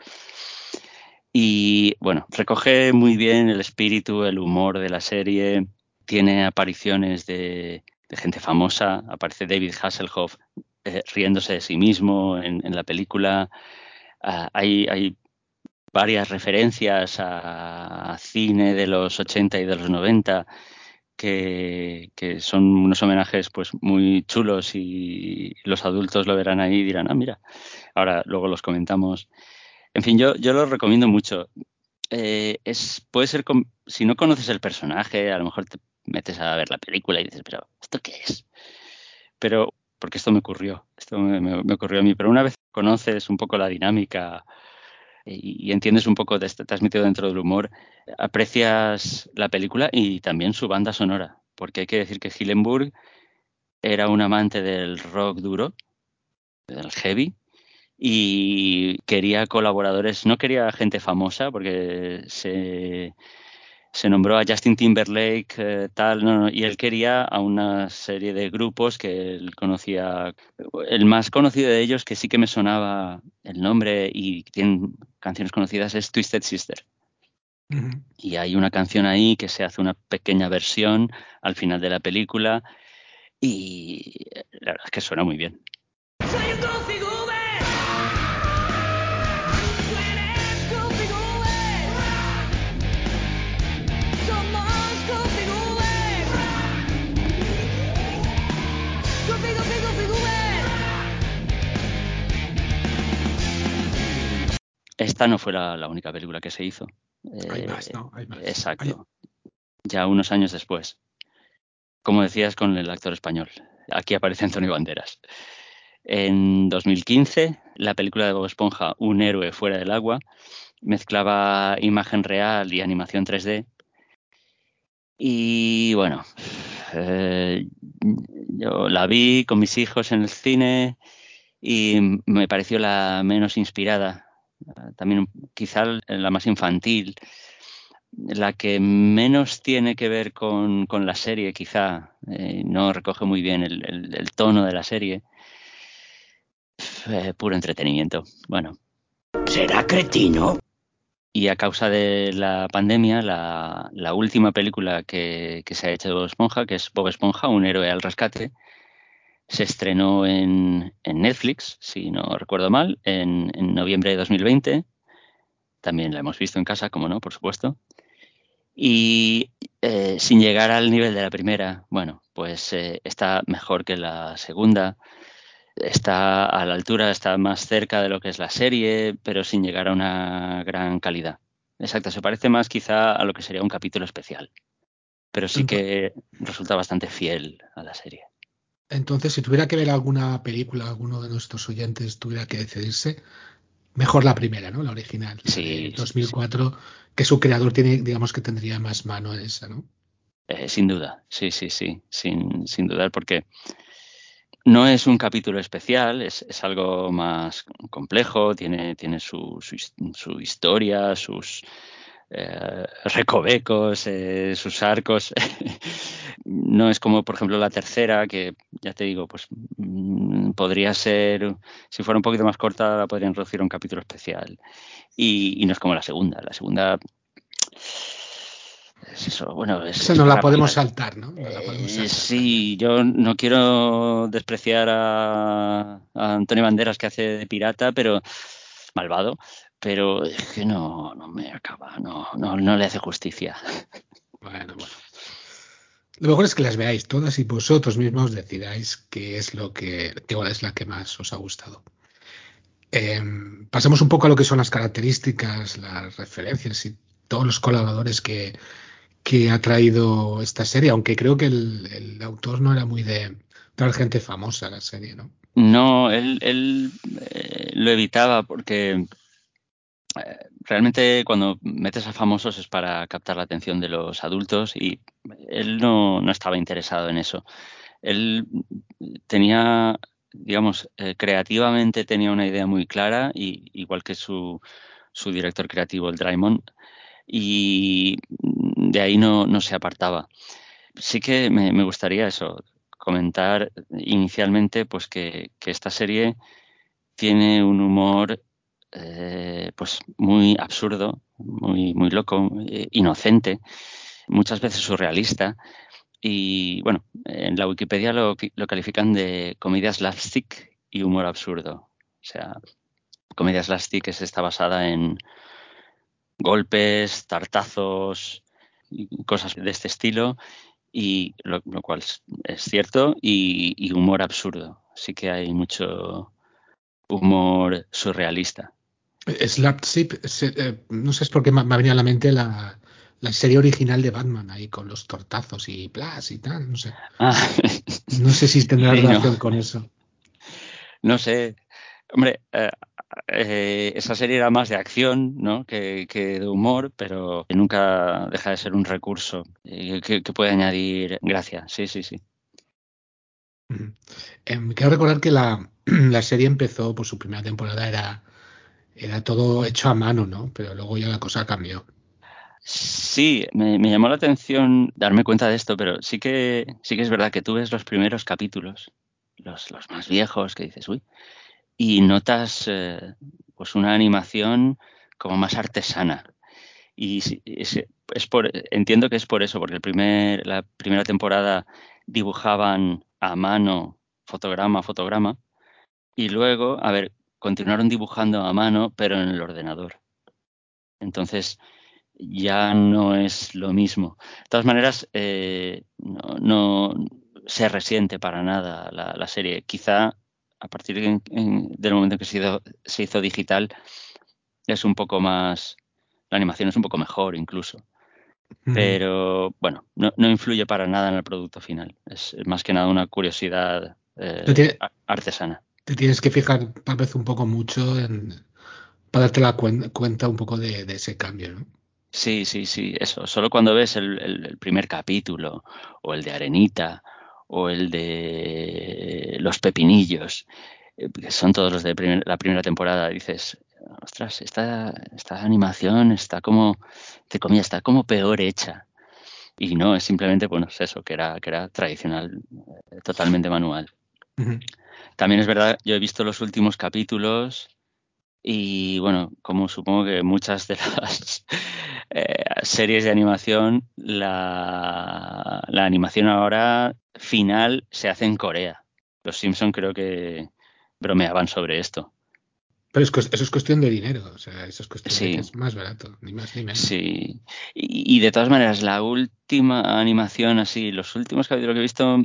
Y bueno, recoge muy bien el espíritu, el humor de la serie, tiene apariciones de gente famosa, aparece David Hasselhoff riéndose de sí mismo en la película. Hay varias referencias a cine de los 80 y de los 90 que son unos homenajes pues muy chulos, y los adultos lo verán ahí y dirán, ah, mira, ahora luego los comentamos. En fin, yo lo recomiendo mucho. Puede ser, si no conoces el personaje, a lo mejor te metes a ver la película y dices, pero ¿esto qué es? Pero, porque esto me ocurrió, me ocurrió a mí, pero una vez conoces un poco la dinámica y entiendes un poco, te has metido dentro del humor, aprecias la película y también su banda sonora, porque hay que decir que Hillenburg era un amante del rock duro, del heavy, y quería colaboradores, no quería gente famosa, porque se nombró a Justin Timberlake, tal, no, y él quería a una serie de grupos que él conocía. El más conocido de ellos, que sí que me sonaba el nombre y tienen canciones conocidas, es Twisted Sister. Ujú. Y hay una canción ahí que se hace una pequeña versión al final de la película y la verdad es que suena muy bien. Soy un Coffee Goober. Esta no fue la única película que se hizo. Hay más, ¿no? Hay más. Exacto. Ya unos años después. Como decías, con el actor español. Aquí aparece Antonio Banderas. En 2015, la película de Bob Esponja, Un héroe fuera del agua, mezclaba imagen real y animación 3D. Y bueno, eh, yo la vi con mis hijos en el cine y me pareció la menos inspirada, también quizá la más infantil, la que menos tiene que ver con la serie, quizá. No recoge muy bien el tono de la serie. Puro entretenimiento. Bueno. ¿Será cretino? Y a causa de la pandemia, la última película que se ha hecho de Bob Esponja, que es Bob Esponja, un héroe al rescate, se estrenó en Netflix, si no recuerdo mal, en noviembre de 2020. También la hemos visto en casa, como no, por supuesto. Y sin llegar al nivel de la primera, bueno, pues está mejor que la segunda. Está a la altura, está más cerca de lo que es la serie, pero sin llegar a una gran calidad. Exacto, se parece más quizá a lo que sería un capítulo especial, pero sí Ento- que resulta bastante fiel a la serie. Entonces, si tuviera que ver alguna película, alguno de nuestros oyentes tuviera que decidirse, mejor la primera, ¿no? La original, la de Sí, sí, sí. 2004, que su creador tiene, digamos que tendría más mano en esa, ¿no? Sin duda, sí, sí, sí, sin dudar, porque no es un capítulo especial, es algo más complejo, tiene su historia, sus recovecos, sus arcos. No es como, por ejemplo, la tercera, que ya te digo, pues podría ser, si fuera un poquito más corta, la podrían reducir a un capítulo especial. Y no es como la segunda. La segunda es eso, bueno, Esa es no la para podemos pasar. saltar, ¿no? No la podemos saltar, está claro. Sí, yo no quiero despreciar a Antonio Banderas, que hace de pirata, pero malvado, pero es que no me acaba, no le hace justicia. Bueno, bueno. Lo mejor es que las veáis todas y vosotros mismos decidáis qué es cuál es la que más os ha gustado. Pasemos un poco a lo que son las características, las referencias y todos los colaboradores que ha traído esta serie, aunque creo que el autor no era muy de traer gente famosa a la serie, ¿no? No, él lo evitaba porque realmente cuando metes a famosos es para captar la atención de los adultos y él no estaba interesado en eso. Él tenía, digamos, creativamente tenía una idea muy clara, y, igual que su director creativo, el Draymond, y de ahí no se apartaba. Sí que me gustaría eso, comentar inicialmente pues que esta serie tiene un humor pues muy absurdo, muy loco, inocente, muchas veces surrealista. Y bueno, en la Wikipedia lo califican de comedia slapstick y humor absurdo. O sea, comedia slapstick está basada en golpes, tartazos y cosas de este estilo, y lo cual es cierto, y humor absurdo. Sí que hay mucho humor surrealista. Slapship, no sé, es porque me ha venido a la mente la serie original de Batman ahí con los tortazos y plas y tal, no sé. Ah, No sé si tendrá sí, no, relación con eso. no sé. Hombre, esa serie era más de acción, ¿no? que de humor, pero nunca deja de ser un recurso que puede añadir gracia. Sí, sí, sí. Ujú. Quiero recordar que la serie empezó, por su primera temporada era todo hecho a mano, ¿no? Pero luego ya la cosa cambió. Sí, me llamó la atención darme cuenta de esto, pero sí que es verdad que tú ves los primeros capítulos, los más viejos, que dices, uy, y notas pues una animación como más artesana. Y entiendo que es por eso, porque la primera temporada dibujaban a mano, fotograma a fotograma, y luego, a ver, continuaron dibujando a mano, pero en el ordenador. Entonces ya no es lo mismo. De todas maneras, no se resiente para nada la serie. Quizá a partir del momento en que se hizo digital, es un poco más, la animación es un poco mejor incluso. Pero bueno, no influye para nada en el producto final. Es más que nada una curiosidad artesana. Te tienes que fijar tal vez un poco mucho para darte cuenta un poco de ese cambio, ¿no? Sí, eso. Solo cuando ves el primer capítulo, o el de Arenita, o el de Los Pepinillos, que son todos los de la primera temporada, dices, ostras, esta animación está como, te comía, está como peor hecha. Y no, es simplemente, bueno, es eso, que era tradicional, totalmente manual. Uh-huh. También es verdad, yo he visto los últimos capítulos y, bueno, como supongo que muchas de las series de animación, la animación ahora final se hace en Corea. Los Simpson creo que bromeaban sobre esto. Pero eso es cuestión de dinero, o sea, eso es cuestión de que Sí, es más barato, ni más ni menos. sí. Y de todas maneras, la última animación así, los últimos capítulos que he visto,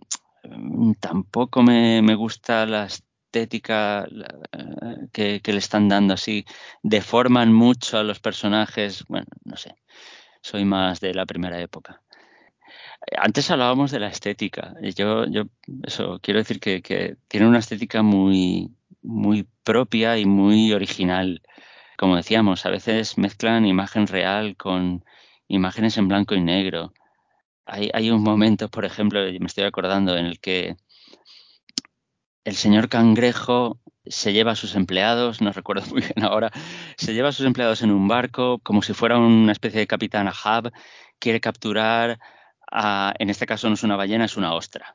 tampoco me gusta la estética que le están dando así. Deforman mucho a los personajes. Bueno, no sé. Soy más de la primera época. Antes hablábamos de la estética. Yo eso, quiero decir que tiene una estética muy, muy propia y muy original. Como decíamos, a veces mezclan imagen real con imágenes en blanco y negro. Hay un momento, por ejemplo, me estoy acordando, en el que el señor Cangrejo se lleva a sus empleados, no recuerdo muy bien ahora, se lleva a sus empleados en un barco como si fuera una especie de Capitán Ahab, quiere capturar en este caso no es una ballena, es una ostra.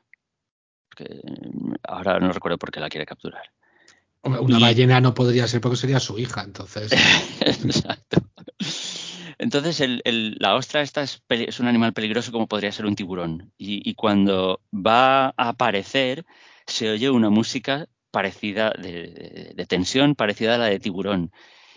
Ahora no recuerdo por qué la quiere capturar. Una ballena no podría ser porque sería su hija, entonces. Exacto. Entonces la ostra esta es un animal peligroso como podría ser un tiburón. Y cuando va a aparecer se oye una música parecida de tensión, parecida a la de tiburón.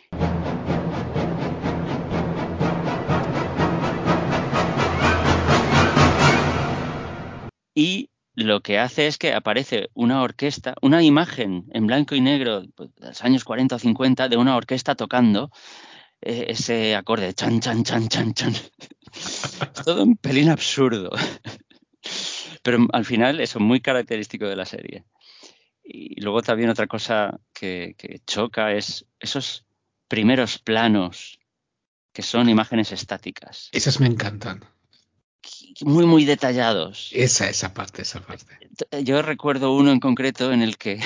Y lo que hace es que aparece una orquesta, una imagen en blanco y negro pues, de los años 40 o 50 de una orquesta tocando ese acorde, chan, chan, chan, chan, chan. Es todo un pelín absurdo. Pero al final eso es muy característico de la serie. Y luego también otra cosa que choca es esos primeros planos que son imágenes estáticas. Esas me encantan. Muy, muy detallados. Esa parte. Yo recuerdo uno en concreto en el que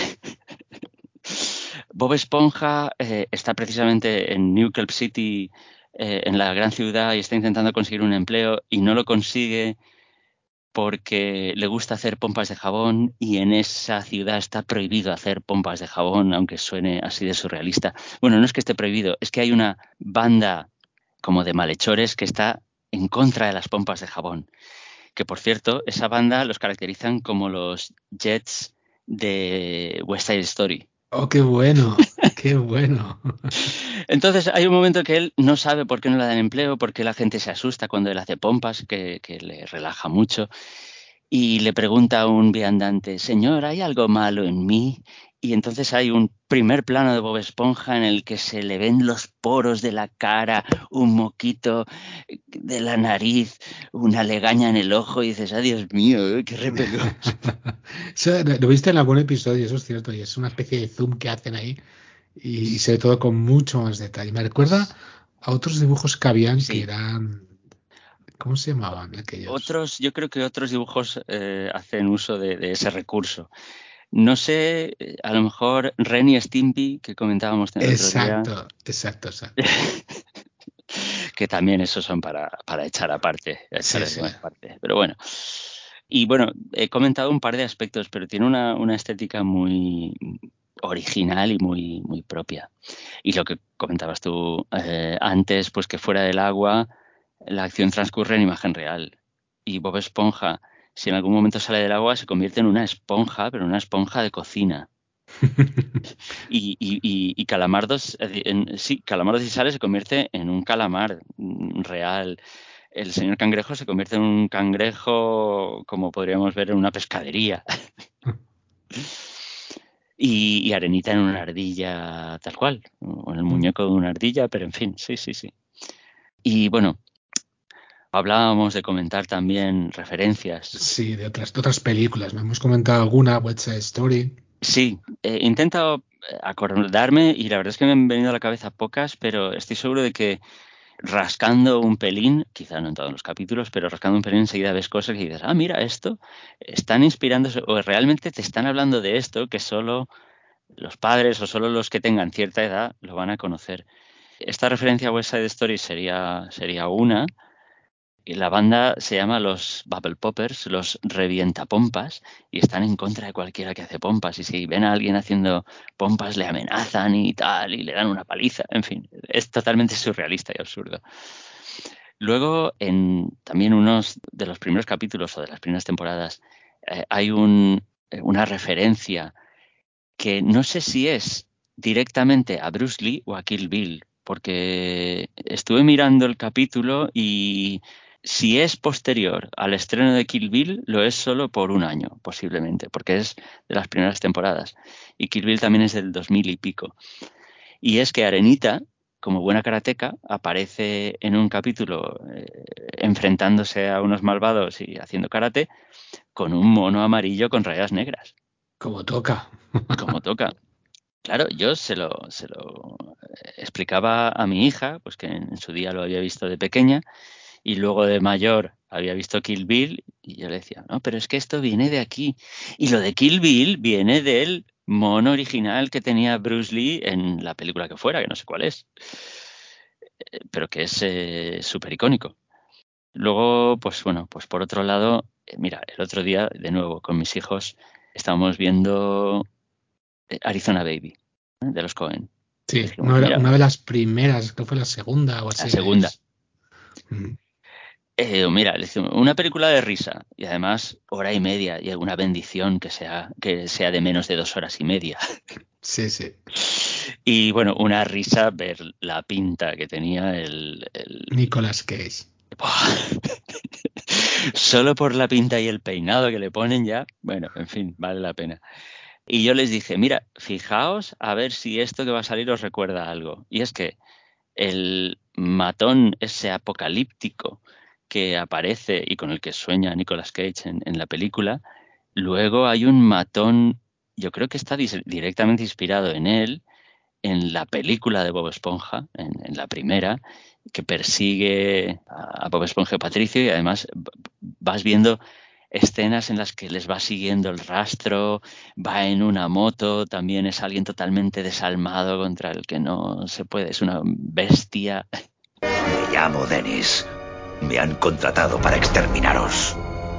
Bob Esponja está precisamente en New Kelp City, en la gran ciudad, y está intentando conseguir un empleo y no lo consigue porque le gusta hacer pompas de jabón y en esa ciudad está prohibido hacer pompas de jabón, aunque suene así de surrealista. Bueno, no es que esté prohibido, es que hay una banda como de malhechores que está en contra de las pompas de jabón. Que por cierto, esa banda los caracterizan como los Jets de West Side Story. Oh, qué bueno, qué bueno. Entonces hay un momento que él no sabe por qué no le dan empleo, porque la gente se asusta cuando él hace pompas, que le relaja mucho. Y le pregunta a un viandante, señor, ¿hay algo malo en mí? Y entonces hay un primer plano de Bob Esponja en el que se le ven los poros de la cara, un moquito de la nariz, una legaña en el ojo y dices, ¡ah, Dios mío, qué repelús! Lo viste en algún episodio, eso es cierto, y es una especie de zoom que hacen ahí y se ve todo con mucho más detalle. Me recuerda a otros dibujos que habían que Sí. eran... ¿Cómo se llamaban aquellos? Yo creo que otros dibujos hacen uso de ese recurso. No sé, a lo mejor Ren y Stimpy, que comentábamos el otro día, Exacto. que también esos son para echar aparte, Sí. aparte. Pero bueno, y bueno, he comentado un par de aspectos, pero tiene una estética muy original y muy, muy propia. Y lo que comentabas tú antes, pues que fuera del agua la acción transcurre en imagen real. Y Bob Esponja, si en algún momento sale del agua, se convierte en una esponja, pero una esponja de cocina. Y Calamardos, sí, Calamardo si sale se convierte en un calamar real. El señor Cangrejo se convierte en un cangrejo, como podríamos ver en una pescadería. y Arenita en una ardilla tal cual, o en el muñeco de una ardilla, pero en fin, sí. Y bueno, hablábamos de comentar también referencias. Sí, de otras películas. ¿No? Hemos comentado alguna, West Side Story. Sí, he intentado acordarme y la verdad es que me han venido a la cabeza pocas, pero estoy seguro de que rascando un pelín, quizá no en todos los capítulos, pero rascando un pelín enseguida ves cosas que dices, ah, mira esto, están inspirándose o realmente te están hablando de esto que solo los padres o solo los que tengan cierta edad lo van a conocer. Esta referencia a West Side Story sería una. Y la banda se llama los Bubble Poppers, los revientapompas, y están en contra de cualquiera que hace pompas. Y si ven a alguien haciendo pompas, le amenazan y tal, y le dan una paliza. En fin, es totalmente surrealista y absurdo. Luego, en también unos de los primeros capítulos o de las primeras temporadas, hay una referencia que no sé si es directamente a Bruce Lee o a Kill Bill, porque estuve mirando el capítulo y si es posterior al estreno de Kill Bill, lo es solo por un año, posiblemente, porque es de las primeras temporadas. Y Kill Bill también es del 2000 y pico. Y es que Arenita, como buena karateca, aparece en un capítulo enfrentándose a unos malvados y haciendo karate con un mono amarillo con rayas negras, Como toca. como toca. Claro, yo se lo explicaba a mi hija, pues que en su día lo había visto de pequeña y luego de mayor había visto Kill Bill y yo le decía, no, pero es que esto viene de aquí. Y lo de Kill Bill viene del mono original que tenía Bruce Lee en la película que fuera, que no sé cuál es, pero que es súper icónico. Luego, pues bueno, pues por otro lado, mira, el otro día, de nuevo, con mis hijos, estábamos viendo Arizona Baby, de los Coen. Y Sí, dijimos, mira, una de las primeras, creo que fue la segunda o la así. segunda. Mm. Mira, le decimos, una película de risa y además hora y media y alguna bendición que sea de menos de 2 horas y media. Sí. Y bueno, una risa ver la pinta que tenía Nicolas Cage. Solo por la pinta y el peinado que le ponen ya, bueno, en fin, vale la pena. Y yo les dije, mira, fijaos a ver si esto que va a salir os recuerda algo. Y es que el matón ese apocalíptico que aparece y con el que sueña Nicolas Cage en la película, luego hay un matón, yo creo que está directamente inspirado en él, en la película de Bob Esponja, en la primera, que persigue a Bob Esponja y Patricio y además vas viendo escenas en las que les va siguiendo el rastro, va en una moto, también es alguien totalmente desalmado contra el que no se puede, es una bestia. Me llamo Dennis. Me han contratado para exterminaros.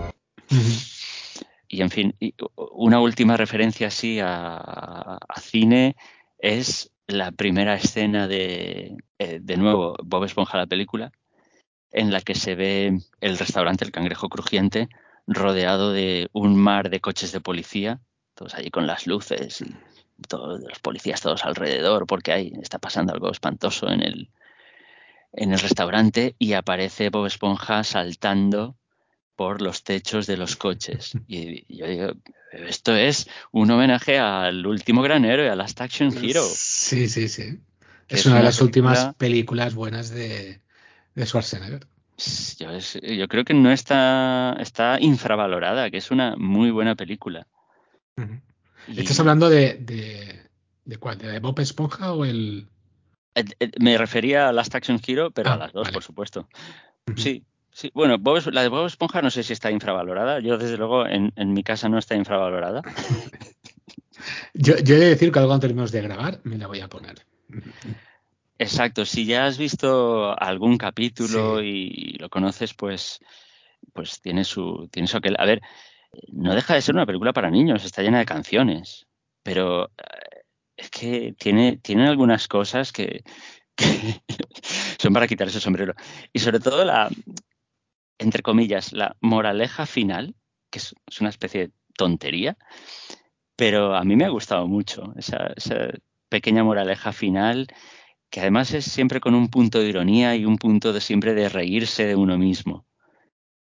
Y en fin, una última referencia así a cine es la primera escena de nuevo, Bob Esponja la película, en la que se ve el restaurante El Cangrejo Crujiente rodeado de un mar de coches de policía, todos allí con las luces y todos los policías todos alrededor, porque ahí está pasando algo espantoso en el restaurante y aparece Bob Esponja saltando por los techos de los coches. Y yo digo, esto es un homenaje al último gran héroe, a Last Action Hero, Sí. que Es es una de una las últimas película. películas buenas de Schwarzenegger. Yo creo que no está infravalorada, que es una muy buena película. Ujú. ¿Estás Y hablando de cuál? ¿De Bob Esponja o el...? me refería a Last Action Hero, pero a Ah, las dos, por vale. supuesto. Ujú. Sí, sí. Bueno, la de Bob Esponja no sé si está infravalorada. Yo, desde luego, en mi casa no está infravalorada. Yo he de decir que algo en términos de grabar me la voy a poner. Exacto, si ya has visto algún capítulo Sí, y lo conoces, pues tiene su aquel. A ver, no deja de ser una película para niños, está llena de canciones, pero es que tiene algunas cosas que son para quitarse el sombrero. Y sobre todo entre comillas, la moraleja final, que es una especie de tontería, pero a mí me ha gustado mucho esa pequeña moraleja final que además es siempre con un punto de ironía y un punto de siempre de reírse de uno mismo.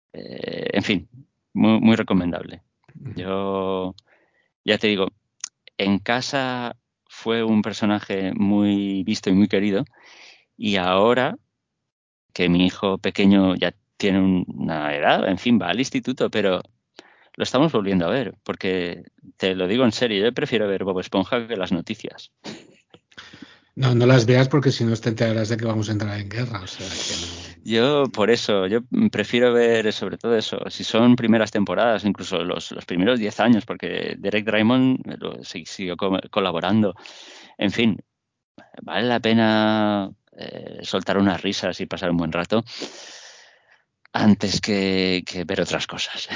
En fin, muy, muy recomendable. ujú. Yo ya te digo, en casa fue un personaje muy visto y muy querido, y ahora que mi hijo pequeño ya tiene una edad, en fin, va al instituto, pero lo estamos volviendo a ver, porque te lo digo en serio, yo prefiero ver Bob Esponja que las noticias. No, no las veas porque si no te enterarás de que vamos a entrar en guerra. O sea, que no. Yo, por eso, yo prefiero ver sobre todo eso. Si son primeras temporadas, incluso los primeros 10 años, porque Derek Raymond siguió colaborando. En fin, vale la pena soltar unas risas y pasar un buen rato antes que ver otras cosas.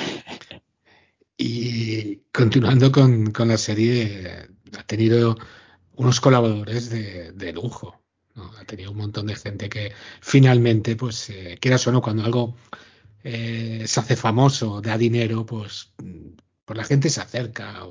Y continuando con la serie, ha tenido unos colaboradores de lujo, ¿no? Ha tenido un montón de gente que finalmente, pues, quieras o no, cuando algo se hace famoso, da dinero, pues la gente se acerca.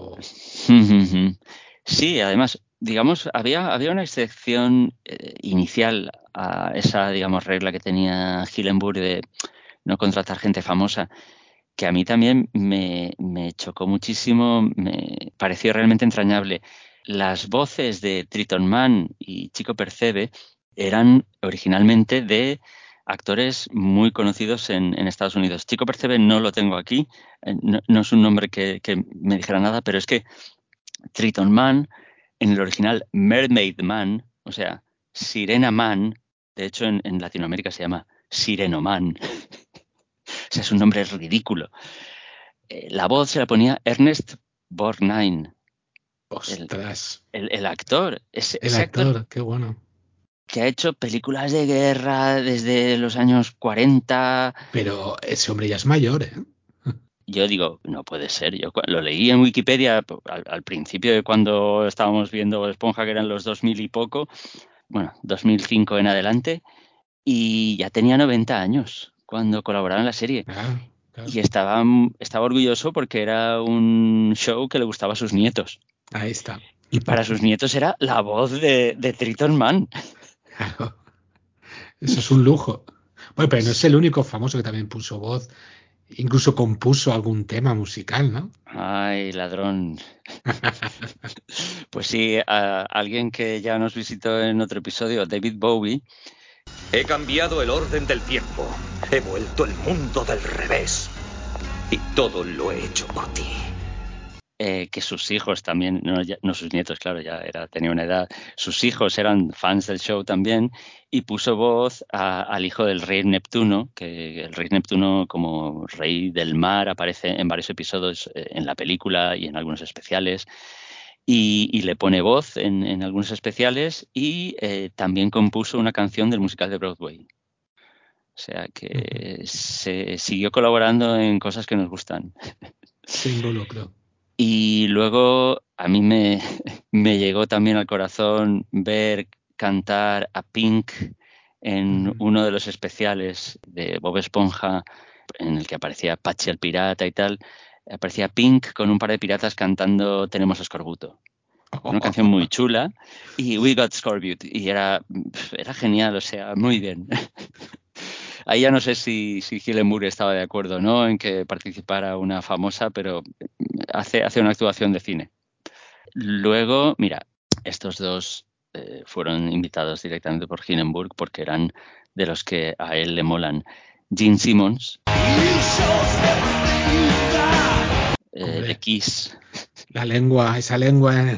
Sí, además, digamos, había una excepción inicial a esa, digamos, regla que tenía Hillenburg de no contratar gente famosa, que a mí también me chocó muchísimo, me pareció realmente entrañable. Las voces de Triton Man y Chico Percebe eran originalmente de actores muy conocidos en Estados Unidos. Chico Percebe no lo tengo aquí, no es un nombre que me dijera nada, pero es que Triton Man, en el original Mermaid Man, o sea, Sirena Man, de hecho en Latinoamérica se llama Sireno Man. O sea, es un nombre ridículo. La voz se la ponía Ernest Borgnine. ¡Ostras! El actor. El Ese actor actor, qué bueno. que ha hecho películas de guerra desde los años 40. Pero ese hombre ya es mayor, ¿eh? Yo digo, no puede ser. Yo lo leí en Wikipedia al principio de cuando estábamos viendo Esponja, que eran los 2000 y poco, bueno, 2005 en adelante, y ya tenía 90 años cuando colaboraba en la serie. Claro, claro. Y estaba orgulloso porque era un show que le gustaba a sus nietos. Ahí está. Y para sus nietos era la voz de Triton Man. Claro. Eso es un lujo. Bueno, pero no es el único famoso que también puso voz. Incluso compuso algún tema musical, ¿no? Ay, ladrón. Pues sí, alguien que ya nos visitó en otro episodio, David Bowie. He cambiado el orden del tiempo. He vuelto el mundo del revés. Y todo lo he hecho por ti. Que sus hijos también, no sus nietos, claro, tenía una edad, sus hijos eran fans del show también, y puso voz al hijo del rey Neptuno, que el rey Neptuno como rey del mar aparece en varios episodios en la película y en algunos especiales, y le pone voz en algunos especiales, y también compuso una canción del musical de Broadway. O sea que se siguió colaborando en cosas que nos gustan. Se involucró. Y luego a mí me llegó también al corazón ver cantar a Pink en uno de los especiales de Bob Esponja, en el que aparecía Pachi el pirata y tal. Aparecía Pink con un par de piratas cantando Tenemos escorbuto. Una canción muy chula y We Got Scorbut. Y era genial, o sea, muy bien. Ahí ya no sé si Hillenburg estaba de acuerdo o no en que participara una famosa, pero hace una actuación de cine. Luego, mira, estos dos fueron invitados directamente por Hillenburg porque eran de los que a él le molan. Gene Simmons, de Kiss. Esa lengua.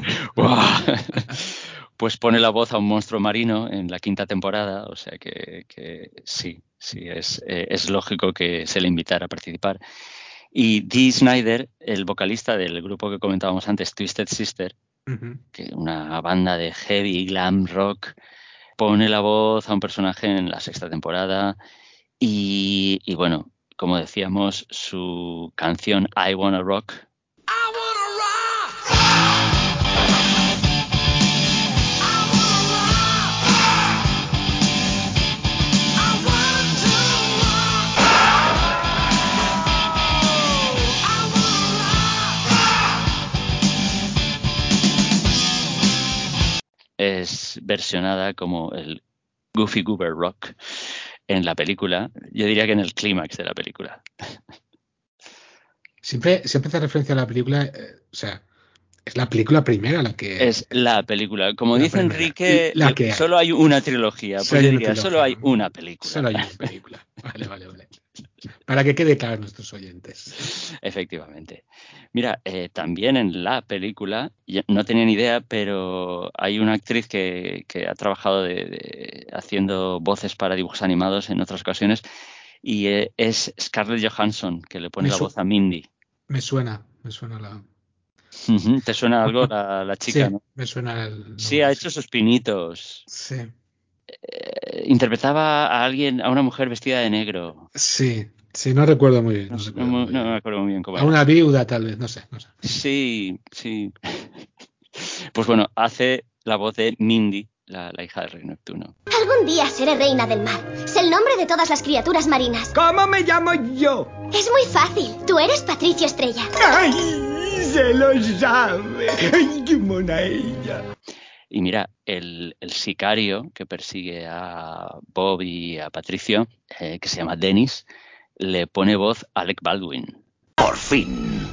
Pues pone la voz a un monstruo marino en la 5ª temporada, o sea que sí, es lógico que se le invitara a participar. Y Dee Snider, el vocalista del grupo que comentábamos antes, Twisted Sister, que una banda de heavy glam rock, pone la voz a un personaje en la 6ª temporada y bueno, como decíamos, su canción I Wanna Rock. Es versionada como el Goofy Goober Rock en la película. Yo diría que en el clímax de la película. Siempre hace referencia a la película, o sea, Es la película primera la que... Es la película. Como la dice primera. Enrique, La que hay. solo hay una trilogía. Solo Pues hay yo una diría, trilogía. solo hay una película. Solo hay una película. Vale. Para que quede claro a nuestros oyentes. Efectivamente. Mira, también en la película, yo no tenía ni idea, pero hay una actriz que ha trabajado haciendo voces para dibujos animados en otras ocasiones y es Scarlett Johansson, que le pone Me, la su- voz a Mindy. me suena la... Ujú, ¿te suena algo la chica, Sí, no? me suena el Sí, ha nombre, sí. hecho sus pinitos. Sí, Interpretaba a alguien, a una mujer vestida de negro. sí, no recuerdo muy bien, No, no recuerdo muy no me bien. acuerdo muy bien cómo A era. una viuda, tal vez, no sé. Sí. Pues bueno, hace la voz de Mindy, la hija del rey Neptuno. Algún día seré reina del mar. Sé el nombre de todas las criaturas marinas. ¿Cómo me llamo yo? Es muy fácil. Tú eres Patricio Estrella. ¡Ay! Se lo sabe. ¡Ay, qué mona ella! Y mira, el sicario que persigue a Bob y a Patricio, que se llama Dennis, le pone voz a Alec Baldwin. Por fin.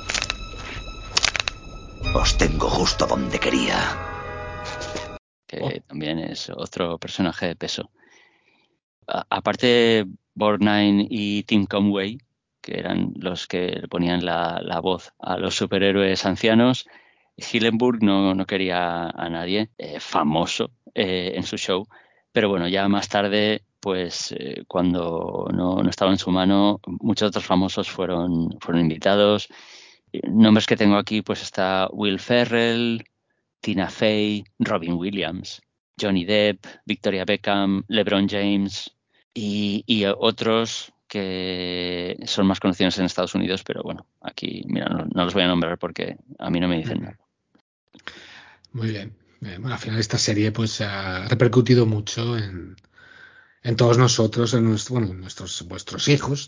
Os tengo justo donde quería. Que también es otro personaje de peso. Aparte, Borgnine y Tim Conway, que eran los que le ponían la voz a los superhéroes ancianos, Hillenburg no quería a nadie famoso en su show, pero bueno, ya más tarde, pues cuando no estaba en su mano, muchos otros famosos fueron invitados. Nombres que tengo aquí, pues está Will Ferrell, Tina Fey, Robin Williams, Johnny Depp, Victoria Beckham, LeBron James y otros que son más conocidos en Estados Unidos, pero bueno, aquí mira, no los voy a nombrar porque a mí no me dicen nada. Muy bien. Bueno, al final esta serie pues ha repercutido mucho en todos nosotros, en vuestros hijos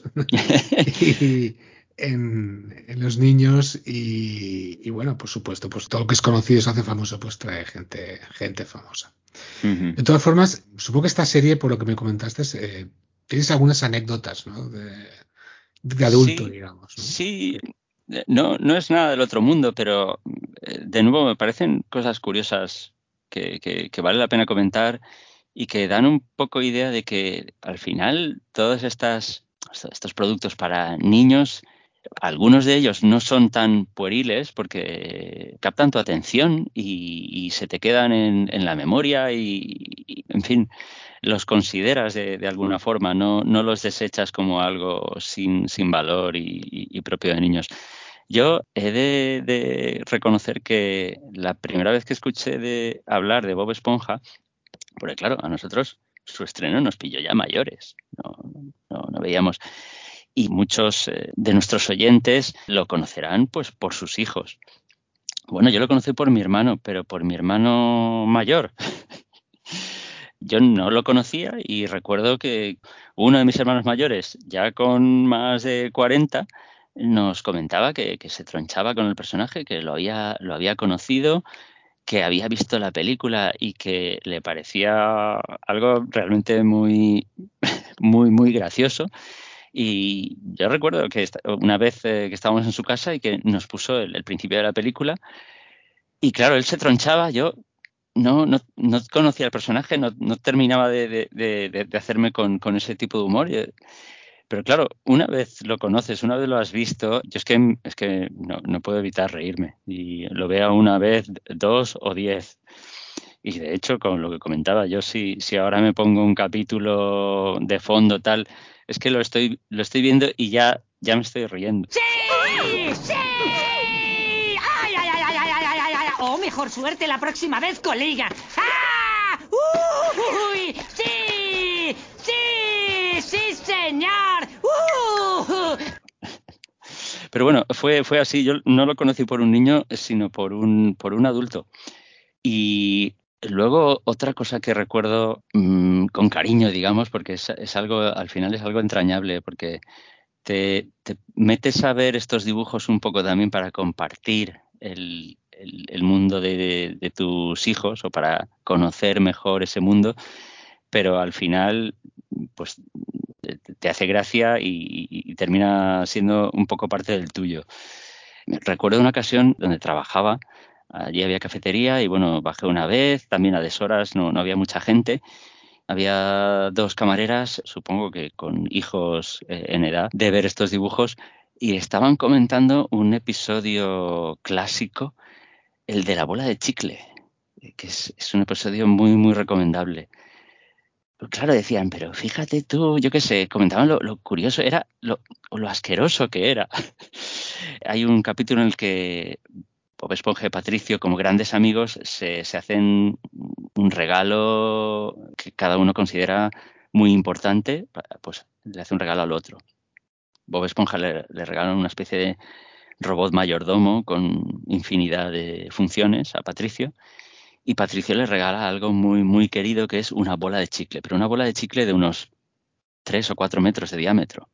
y en los niños y bueno, por supuesto, pues todo lo que es conocido y se hace famoso, pues trae gente famosa. Uh-huh. De todas formas, supongo que esta serie, por lo que me comentaste, tienes algunas anécdotas, ¿no? De adulto, Sí, digamos, ¿no? sí, no es nada del otro mundo, pero de nuevo me parecen cosas curiosas que vale la pena comentar y que dan un poco idea de que al final todos estos productos para niños, algunos de ellos no son tan pueriles porque captan tu atención y se te quedan en la memoria en fin, los consideras de alguna forma, no los desechas como algo sin valor y propio de niños. Yo he de reconocer que la primera vez que escuché de hablar de Bob Esponja, porque claro, a nosotros su estreno nos pilló ya mayores, no veíamos. Y muchos de nuestros oyentes lo conocerán pues por sus hijos. Bueno, yo lo conocí por mi hermano, pero por mi hermano mayor. Yo no lo conocía y recuerdo que uno de mis hermanos mayores, ya con más de 40, nos comentaba que se tronchaba con el personaje, que lo había conocido, que había visto la película y que le parecía algo realmente muy gracioso. Y yo recuerdo que una vez que estábamos en su casa y que nos puso el principio de la película y claro, él se tronchaba, yo no conocía el personaje, no terminaba de hacerme con ese tipo de humor. Pero claro, una vez lo conoces, una vez lo has visto, yo es que no puedo evitar reírme. Y lo vea una vez, 2 o 10. Y de hecho, con lo que comentaba, yo si ahora me pongo un capítulo de fondo tal, es que lo estoy viendo y ya me estoy riendo. ¡Sí! ¡Sí! ¡Ay, ay, ay, ay, ay, ay, ay, ay, ay! ¡Oh, mejor suerte la próxima vez, colega! ¡Ah! ¡Uy! ¡Sí! ¡Sí! ¡Sí, señor! Pero bueno, fue así. Yo no lo conocí por un niño, sino por un adulto. Y luego otra cosa que recuerdo con cariño, digamos, porque es algo, al final es algo entrañable, porque te metes a ver estos dibujos un poco también para compartir el mundo de tus hijos o para conocer mejor ese mundo, pero al final, pues te hace gracia y termina siendo un poco parte del tuyo. Recuerdo una ocasión donde trabajaba, allí había cafetería y bueno, bajé una vez, también a deshoras, no había mucha gente. Había 2 camareras, supongo que con hijos en edad de ver estos dibujos, y estaban comentando un episodio clásico, el de la bola de chicle, que es un episodio muy, muy recomendable. Pues claro, decían, pero fíjate tú, yo qué sé, comentaban lo curioso, era lo asqueroso que era. Hay un capítulo en el que Bob Esponja y Patricio, como grandes amigos, se hacen un regalo que cada uno considera muy importante, pues le hace un regalo al otro. Bob Esponja le regala una especie de robot mayordomo con infinidad de funciones a Patricio, y Patricio le regala algo muy, muy querido, que es una bola de chicle, pero una bola de chicle de unos 3 o 4 metros de diámetro.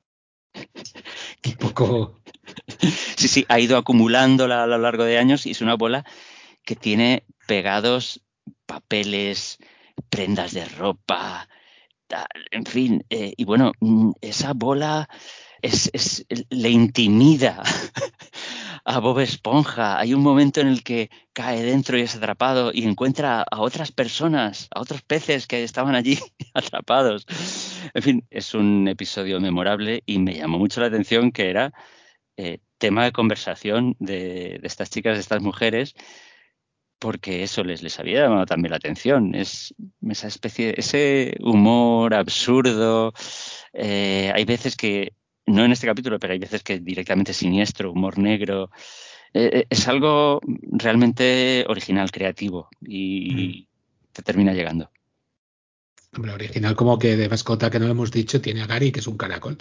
Un poco... Sí, ha ido acumulándola a lo largo de años y es una bola que tiene pegados papeles, prendas de ropa, tal, en fin. Y bueno, esa bola le intimida a Bob Esponja. Hay un momento en el que cae dentro y es atrapado y encuentra a otras personas, a otros peces que estaban allí atrapados. En fin, es un episodio memorable y me llamó mucho la atención que era tema de conversación de estas chicas, de estas mujeres, porque eso les había llamado también la atención. Es esa especie, ese humor absurdo. Hay veces que, no en este capítulo, pero hay veces que directamente siniestro, humor negro. Es algo realmente original, creativo y te termina llegando. Hombre, original como que de mascota que no lo hemos dicho, tiene a Gary, que es un caracol.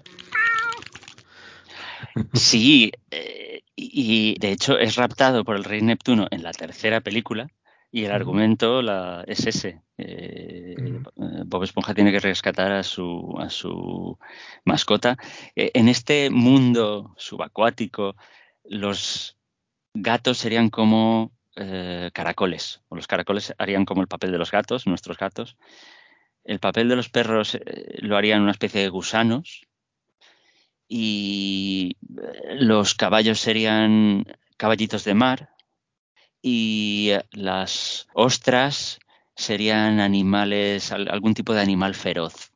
Sí, y de hecho es raptado por el rey Neptuno en la tercera película y el argumento es ese. Bob Esponja tiene que rescatar a su mascota. En este mundo subacuático, los gatos serían como caracoles, o los caracoles harían como el papel de los gatos, nuestros gatos. El papel de los perros lo harían una especie de gusanos y los caballos serían caballitos de mar y las ostras serían animales, algún tipo de animal feroz.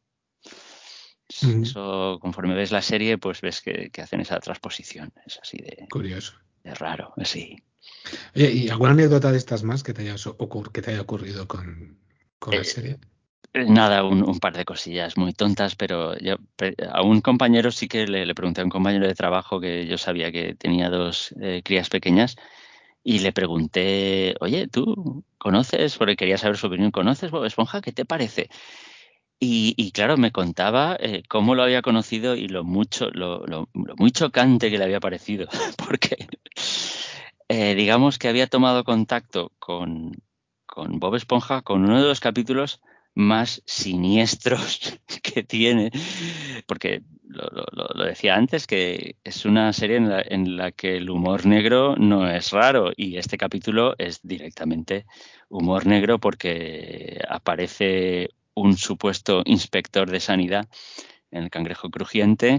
Eso, conforme ves la serie, pues ves que hacen esa transposición. Es así Curioso. de raro, sí. Oye, ¿y alguna anécdota de estas más que te haya ocurrido con la serie? Nada, un par de cosillas muy tontas, pero yo a un compañero sí que le pregunté a un compañero de trabajo que yo sabía que tenía 2 crías pequeñas y le pregunté, oye, ¿tú conoces? Porque quería saber su opinión. ¿Conoces Bob Esponja? ¿Qué te parece? Y claro, me contaba cómo lo había conocido y lo muy chocante que le había parecido, porque digamos que había tomado contacto con Bob Esponja con uno de los capítulos más siniestros que tiene, porque lo decía antes, que es una serie en la que el humor negro no es raro y este capítulo es directamente humor negro porque aparece un supuesto inspector de sanidad en el Cangrejo Crujiente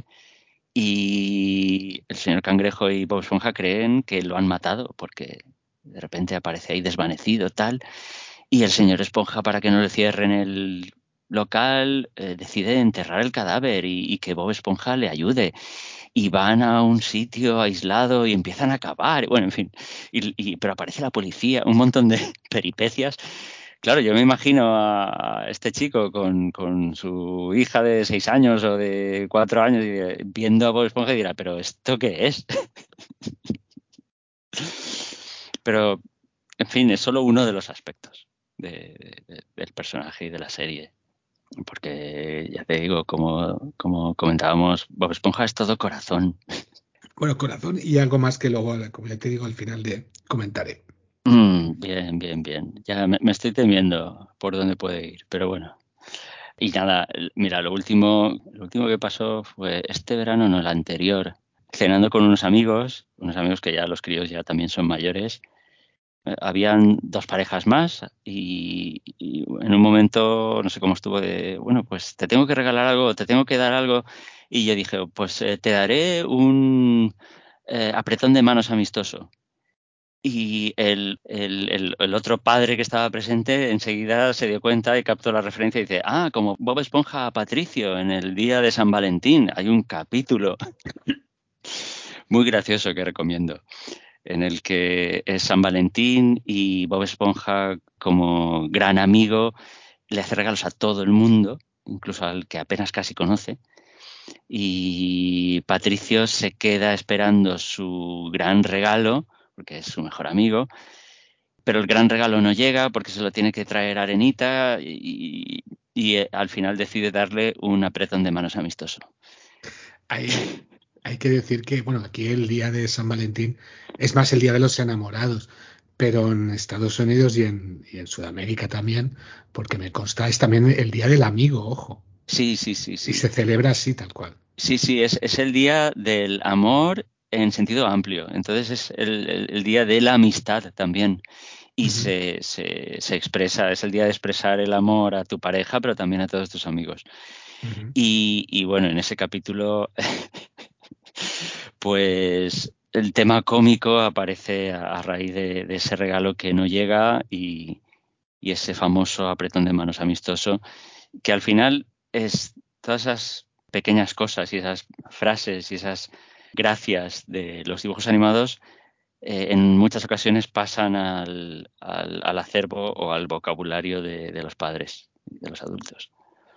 y el señor Cangrejo y Bob Esponja creen que lo han matado porque de repente aparece ahí desvanecido tal y el señor Esponja, para que no le cierren el local, decide enterrar el cadáver y que Bob Esponja le ayude y van a un sitio aislado y empiezan a cavar, bueno, en fin, pero aparece la policía, un montón de peripecias. Claro, yo me imagino a este chico con su hija de 6 años o de 4 años viendo a Bob Esponja y dirá, ¿pero esto qué es? Pero, en fin, es solo uno de los aspectos del personaje y de la serie. Porque, ya te digo, como comentábamos, Bob Esponja es todo corazón. Bueno, corazón y algo más que luego, como ya te digo, al final comentaré. Bien. Ya me estoy temiendo por dónde puede ir, pero bueno. Y nada, mira, lo último que pasó fue este verano, no, el anterior, cenando con unos amigos que ya los críos ya también son mayores. Habían 2 parejas más y en un momento, no sé cómo estuvo, bueno, pues te tengo que regalar algo, te tengo que dar algo. Y yo dije, pues te daré apretón de manos amistoso. Y el otro padre que estaba presente enseguida se dio cuenta y captó la referencia y dice, como Bob Esponja a Patricio en el día de San Valentín. Hay un capítulo muy gracioso que recomiendo, en el que es San Valentín y Bob Esponja, como gran amigo, le hace regalos a todo el mundo, incluso al que apenas casi conoce. Y Patricio se queda esperando su gran regalo, porque es su mejor amigo, pero el gran regalo no llega porque se lo tiene que traer Arenita y al final decide darle un apretón de manos amistoso. Hay que decir que, bueno, aquí el día de San Valentín es más el día de los enamorados, pero en Estados Unidos y en Sudamérica también, porque me consta, es también el día del amigo, ojo. Sí. Y se celebra así, tal cual. Sí, es el día del amor en sentido amplio. Entonces es el día de la amistad también. Y se expresa, es el día de expresar el amor a tu pareja, pero también a todos tus amigos. Y bueno, en ese capítulo, pues el tema cómico aparece a raíz de ese regalo que no llega y ese famoso apretón de manos amistoso, que al final es todas esas pequeñas cosas y esas frases y esas gracias de los dibujos animados, en muchas ocasiones pasan al acervo o al vocabulario de los padres, de los adultos.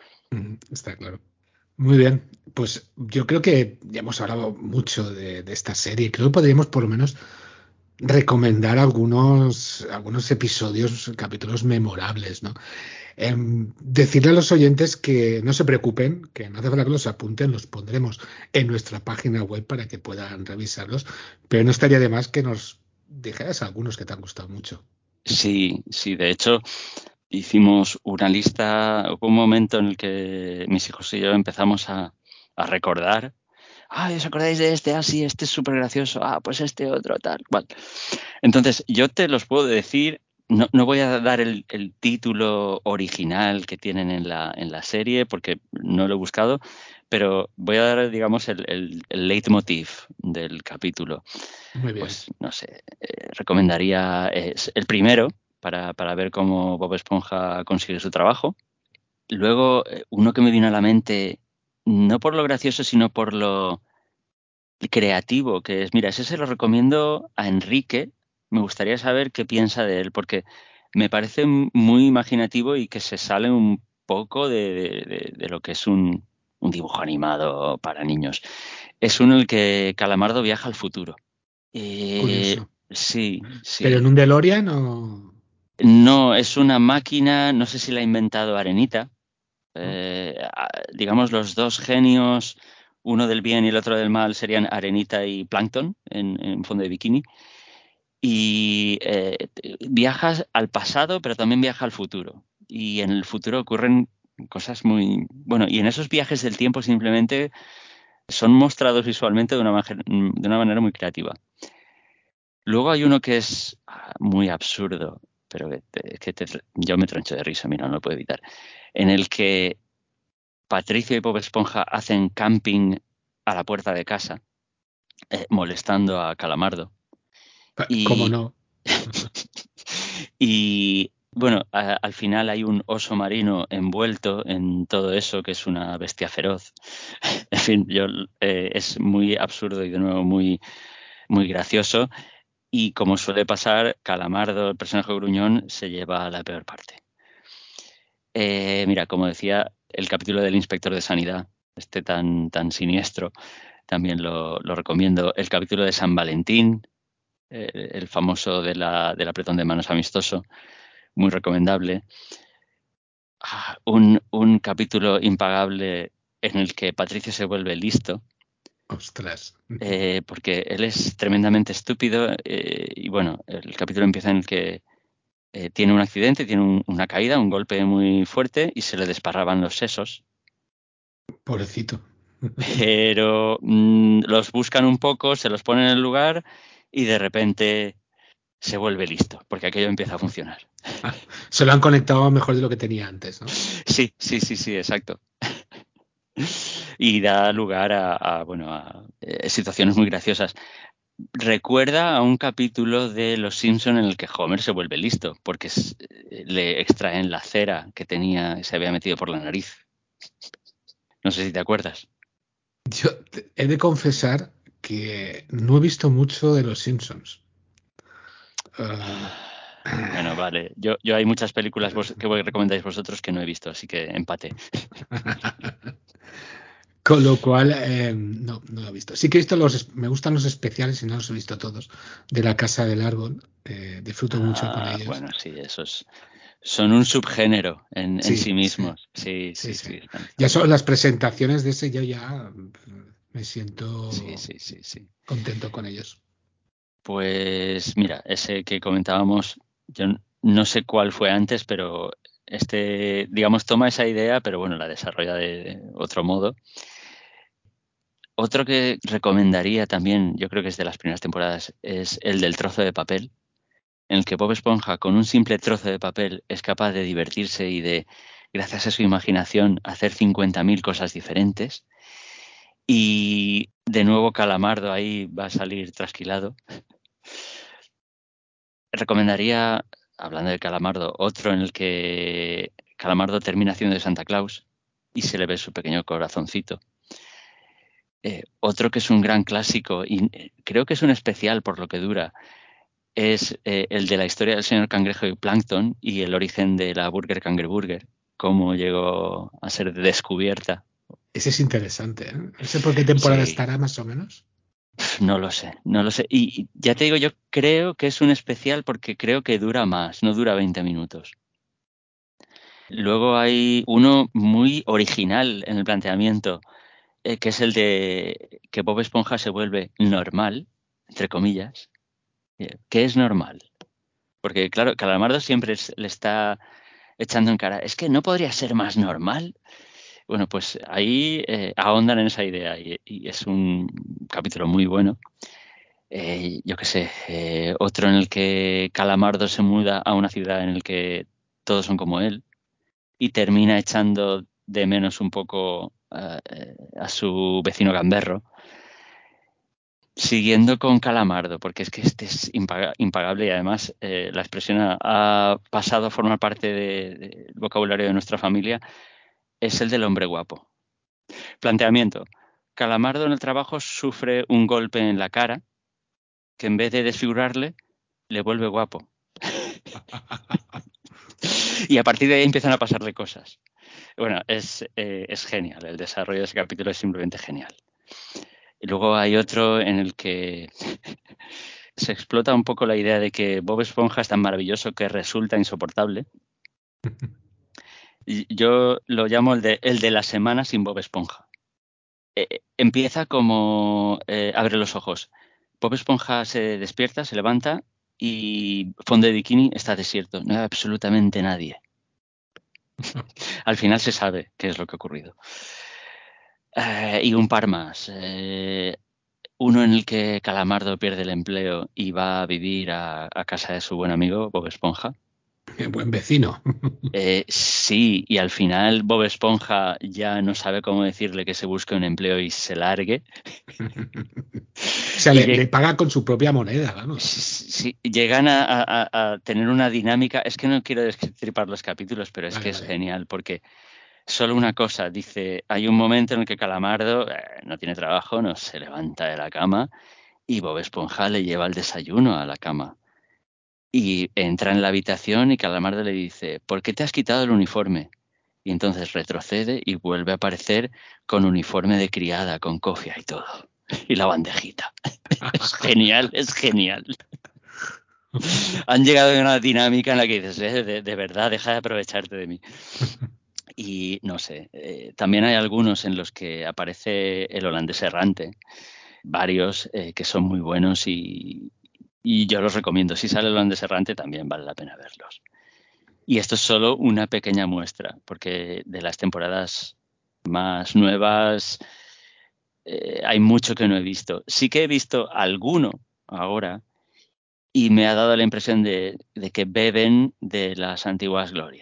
Está claro. Muy bien, pues yo creo que ya hemos hablado mucho de esta serie. Creo que podríamos por lo menos recomendar algunos episodios, capítulos memorables, ¿no? Decirle a los oyentes que no se preocupen, que no hace falta que los apunten, los pondremos en nuestra página web para que puedan revisarlos, pero no estaría de más que nos dijeras algunos que te han gustado mucho. Sí, de hecho, hicimos una lista, hubo un momento en el que mis hijos y yo empezamos a recordar. ¿Os acordáis de este? Sí, este es súper gracioso. Pues este otro, tal cual. Entonces, yo te los puedo decir, no voy a dar el título original que tienen en la serie, porque no lo he buscado, pero voy a dar, digamos, el leitmotiv del capítulo. Muy bien. Pues, no sé, recomendaría el primero, para ver cómo Bob Esponja consigue su trabajo. Luego, uno que me vino a la mente, no por lo gracioso, sino por lo creativo que es. Mira, ese se lo recomiendo a Enrique. Me gustaría saber qué piensa de él, porque me parece muy imaginativo y que se sale un poco de lo que es un dibujo animado para niños. Es uno en el que Calamardo viaja al futuro. Curioso. Sí. ¿Pero en un DeLorean o...? No, es una máquina, no sé si la ha inventado Arenita. ¿No? Digamos, los dos genios, uno del bien y el otro del mal, serían Arenita y Plankton en fondo de bikini. Y viajas al pasado, pero también viaja al futuro. Y en el futuro ocurren cosas muy... Bueno, y en esos viajes del tiempo simplemente son mostrados visualmente de una manera muy creativa. Luego hay uno que es muy absurdo, pero yo me troncho de risa, mira, no lo puedo evitar, en el que Patricio y Bob Esponja hacen camping a la puerta de casa, molestando a Calamardo. ¿Cómo Y, no? y bueno, al final hay un oso marino envuelto en todo eso, que es una bestia feroz. En fin, es muy absurdo y de nuevo muy, muy gracioso. Y como suele pasar, Calamardo, el personaje gruñón, se lleva la peor parte. Mira, como decía, el capítulo del inspector de sanidad, tan siniestro, también lo recomiendo. El capítulo de San Valentín, el famoso del apretón de manos amistoso, muy recomendable. Un capítulo impagable en el que Patricio se vuelve listo. Ostras. Porque él es tremendamente estúpido y bueno, el capítulo empieza en el que tiene un accidente, tiene una caída, un golpe muy fuerte y se le desparraban los sesos. Pobrecito. Pero los buscan un poco, se los ponen en el lugar y de repente se vuelve listo, porque aquello empieza a funcionar. Se lo han conectado mejor de lo que tenía antes, ¿no? Sí, exacto. Y da lugar a situaciones muy graciosas. recuerda a un capítulo de Los Simpson en el que Homer se vuelve listo porque le extraen la cera que se había metido por la nariz. No sé si te acuerdas. Yo he de confesar que no he visto mucho de Los Simpsons. Bueno, vale. Yo hay muchas películas que recomendáis vosotros que no he visto, así que empate. Con lo cual, no lo he visto. Sí que he visto me gustan los especiales y no los he visto todos, de La Casa del Árbol. Disfruto mucho con ellos. Bueno, sí, son un subgénero en sí Sí, sí, mismos. Sí. sí, sí. Están Ya muy son bien. las presentaciones de ese, yo ya me siento Sí. contento con ellos. Pues mira, ese que comentábamos, yo no sé cuál fue antes, pero digamos, toma esa idea, pero bueno, la desarrolla de otro modo. Otro que recomendaría también, yo creo que es de las primeras temporadas, es el del trozo de papel, en el que Bob Esponja, con un simple trozo de papel, es capaz de divertirse y de, gracias a su imaginación, hacer 50.000 cosas diferentes. Y de nuevo Calamardo ahí va a salir trasquilado. Recomendaría, hablando de Calamardo, otro en el que Calamardo termina haciendo de Santa Claus y se le ve su pequeño corazoncito. Otro que es un gran clásico y creo que es un especial por lo que dura, es el de la historia del señor Cangrejo y Plankton y el origen de la Burger Cangreburger, cómo llegó a ser descubierta. Ese es interesante, ¿eh? ¿Ese por qué temporada Sí, estará más o menos? no lo sé. Y ya te digo, yo creo que es un especial porque creo que dura más, no dura 20 minutos. Luego hay uno muy original en el planteamiento, que es el de que Bob Esponja se vuelve normal, entre comillas. ¿Qué es normal? Porque claro, Calamardo siempre le está echando en cara, es que no podría ser más normal. Bueno, pues ahí ahondan en esa idea y es un capítulo muy bueno. Yo qué sé, otro en el que Calamardo se muda a una ciudad en el que todos son como él y termina echando de menos un poco a su vecino gamberro. Siguiendo con Calamardo, porque es que este es impagable y además la expresión ha pasado a formar parte del vocabulario de nuestra familia, es el del hombre guapo. Planteamiento. Calamardo en el trabajo sufre un golpe en la cara que en vez de desfigurarle, le vuelve guapo. Y a partir de ahí empiezan a pasarle cosas. Bueno, es genial. El desarrollo de ese capítulo es simplemente genial. Y luego hay otro en el que se explota un poco la idea de que Bob Esponja es tan maravilloso que resulta insoportable. Y yo lo llamo el de la semana sin Bob Esponja. Empieza como abre los ojos. Bob Esponja se despierta, se levanta y fondo de bikini está desierto. No hay absolutamente nadie. Al final se sabe qué es lo que ha ocurrido. Y un par más. Uno en el que Calamardo pierde el empleo y va a vivir a casa de su buen amigo Bob Esponja. Buen vecino. Sí, y al final Bob Esponja ya no sabe cómo decirle que se busque un empleo y se largue. O sea, Y le paga con su propia moneda, vamos. sí, llegan a tener una dinámica. Es que no quiero destripar los capítulos, pero es que Vale, es vale. genial porque solo una cosa, dice, hay un momento en el que Calamardo no tiene trabajo, no se levanta de la cama y Bob Esponja le lleva el desayuno a la cama. Y entra en la habitación y Calamardo le dice, ¿por qué te has quitado el uniforme? Y entonces retrocede y vuelve a aparecer con uniforme de criada, con cofia y todo. Y la bandejita. Es genial, es genial. Han llegado a una dinámica en la que dices, de verdad, deja de aprovecharte de mí. Y no sé, también hay algunos en los que aparece el holandés errante, varios que son muy buenos y yo los recomiendo. Si sale el holandés errante también vale la pena verlos. Y esto es solo una pequeña muestra, porque de las temporadas más nuevas hay mucho que no he visto. Sí que he visto alguno ahora y me ha dado la impresión de que beben de las antiguas glorias.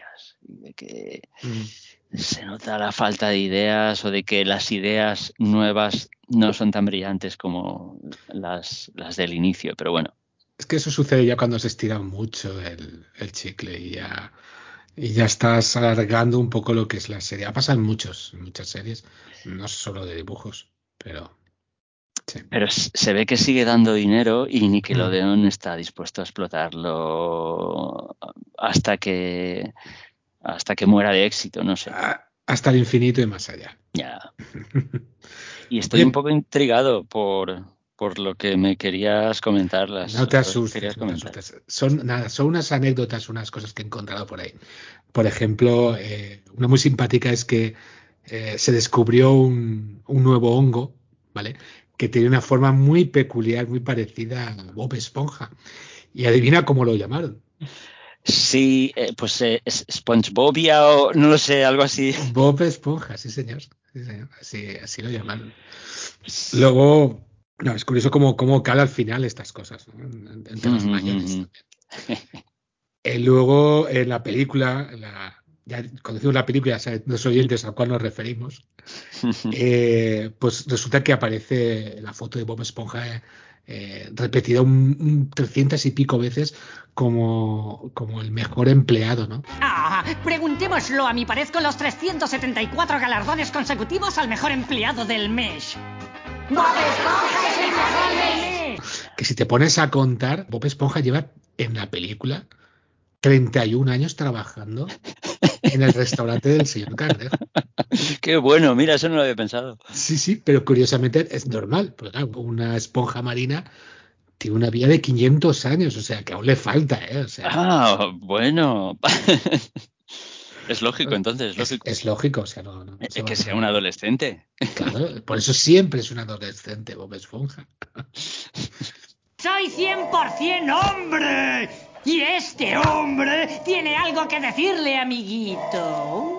de que se nota la falta de ideas o de que las ideas nuevas no son tan brillantes como las del inicio, pero bueno. Es que eso sucede ya cuando se estira mucho el chicle y ya estás alargando un poco lo que es la serie. Pasa en muchas series, no solo de dibujos, pero sí. Pero se ve que sigue dando dinero y Nickelodeon está dispuesto a explotarlo hasta que muera de éxito, no sé. Hasta el infinito y más allá. Ya. Y estoy un poco intrigado por lo que me querías comentar. No te asustes, no te asustes. Son unas anécdotas, unas cosas que he encontrado por ahí. Por ejemplo, una muy simpática es que se descubrió un nuevo hongo, ¿vale? Que tiene una forma muy peculiar, muy parecida a Bob Esponja. Y adivina cómo lo llamaron. Sí, pues SpongeBobia o no lo sé, algo así. Bob Esponja, sí señor. Sí, señor. Así lo llamaron. Luego, no, es curioso cómo cala al final estas cosas, ¿no? Entre los mayores también. Luego, en la película, ya cuando decimos la película, ya saben los oyentes a cuál nos referimos, pues resulta que aparece la foto de Bob Esponja repetida un 300 y pico veces como el mejor empleado, ¿no? Preguntémoslo a mi pared con los 374 galardones consecutivos al mejor empleado del mes. ¡Bob Esponja es el mejor del mes! Que si te pones a contar, Bob Esponja lleva en la película 31 años trabajando en el restaurante del señor Cangrejo. Qué bueno, mira, eso no lo había pensado. Sí, pero curiosamente es normal, porque claro, una esponja marina tiene una vida de 500 años, o sea, que aún le falta, ¿eh? O sea, Bueno. Es lógico, entonces, es lógico. Es lógico, o sea, no se va a Que sea poner... un adolescente. Claro, por eso siempre es un adolescente Bob Esponja. ¡Soy 100% hombre! Y este hombre tiene algo que decirle, amiguito.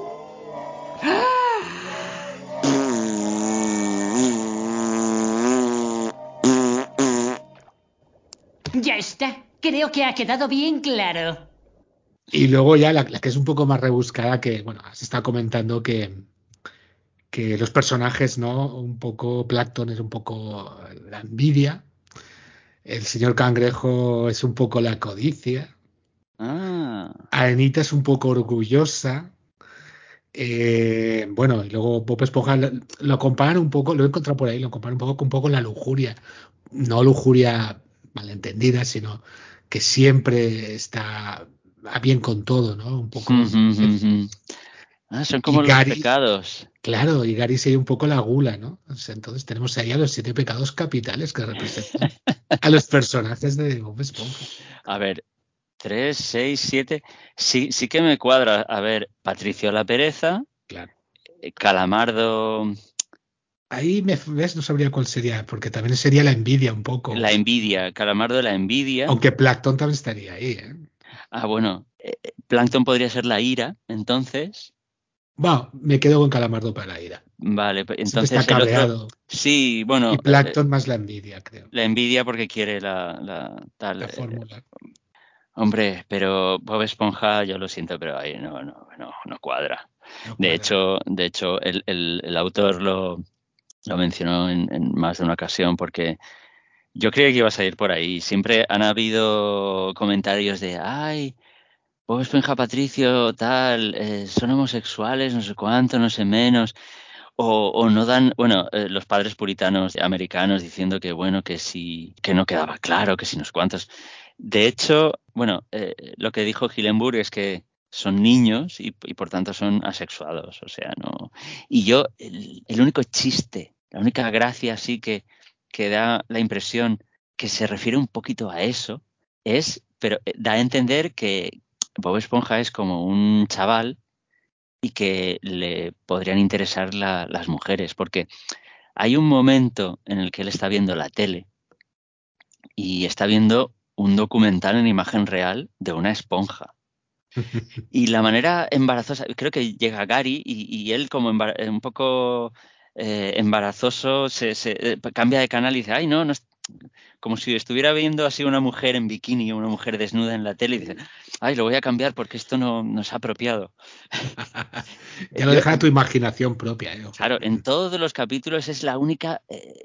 Ya está. Creo que ha quedado bien claro. Y luego ya la que es un poco más rebuscada, que, bueno, se está comentando que los personajes, ¿no? Un poco Plankton es un poco la envidia, el señor Cangrejo es un poco la codicia, Ah. Arenita es un poco orgullosa. Bueno, y luego Bob Esponja lo comparan un poco, lo he encontrado por ahí, lo comparan un poco con la lujuria. No lujuria malentendida, sino que siempre está a bien con todo, ¿no? Un poco. Son Y como los Gary, pecados. claro, y Gary sería un poco la gula, ¿no? O sea, entonces tenemos ahí a los 7 pecados capitales que representan a los personajes de Bob Esponja. A ver, 3, 6, 7. Sí que me cuadra. A ver, Patricio la pereza. Claro. Calamardo. Ahí me ves, no sabría cuál sería, porque también sería la envidia un poco. La envidia. Calamardo la envidia. Aunque Plankton también estaría ahí, ¿eh? Bueno. Plankton podría ser la ira, entonces. Bueno, me quedo con Calamardo para la ira. Vale, Siempre está entonces el otro. cabreado. Sí, bueno. Y Plankton más la envidia, creo. La envidia porque quiere la tal. La fórmula. Hombre, pero Bob Esponja, yo lo siento, pero ahí no cuadra. No De cuadra. hecho, el autor lo mencionó en más de una ocasión porque yo creía que ibas a ir por ahí. Siempre han habido comentarios de, ay, Bob Esponja, Patricio, tal, son homosexuales, no sé cuánto, no sé menos. O no dan, bueno, los padres puritanos americanos diciendo que, bueno, que sí, que no quedaba claro, que si unos cuantos. De hecho, bueno, lo que dijo Hillenburg es que son niños y por tanto son asexuados, o sea, no. Y yo, el único chiste, la única gracia así que da la impresión que se refiere un poquito a eso pero da a entender que Bob Esponja es como un chaval y que le podrían interesar las mujeres, porque hay un momento en el que él está viendo la tele y está viendo un documental en imagen real de una esponja. Y la manera embarazosa, creo que llega Gary y él como un poco embarazoso se cambia de canal y dice, ay, no, como si estuviera viendo así una mujer en bikini o una mujer desnuda en la tele y dice, ay, lo voy a cambiar porque esto no es apropiado. Ya lo deja a tu imaginación propia. Claro, en todos los capítulos es la única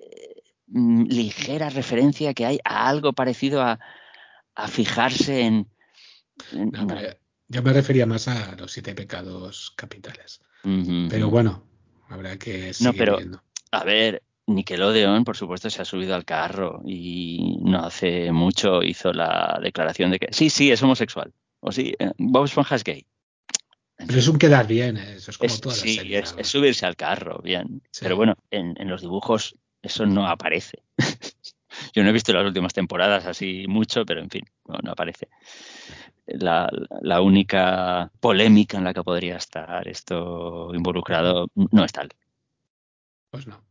ligera referencia que hay a algo parecido a fijarse en... No, pero yo me refería más a los 7 pecados capitales. Uh-huh. Pero bueno, habrá que seguir pero, viendo. A ver, Nickelodeon, por supuesto, se ha subido al carro y no hace mucho hizo la declaración de que sí, es homosexual. O sí, Bob Esponja es gay. Pero es un quedar bien, eso es como todas las Sí, series. es subirse al carro, bien. Sí. Pero bueno, en los dibujos eso no aparece. Yo no he visto las últimas temporadas así mucho, pero en fin, no aparece. La única polémica en la que podría estar esto involucrado no es tal. Pues no.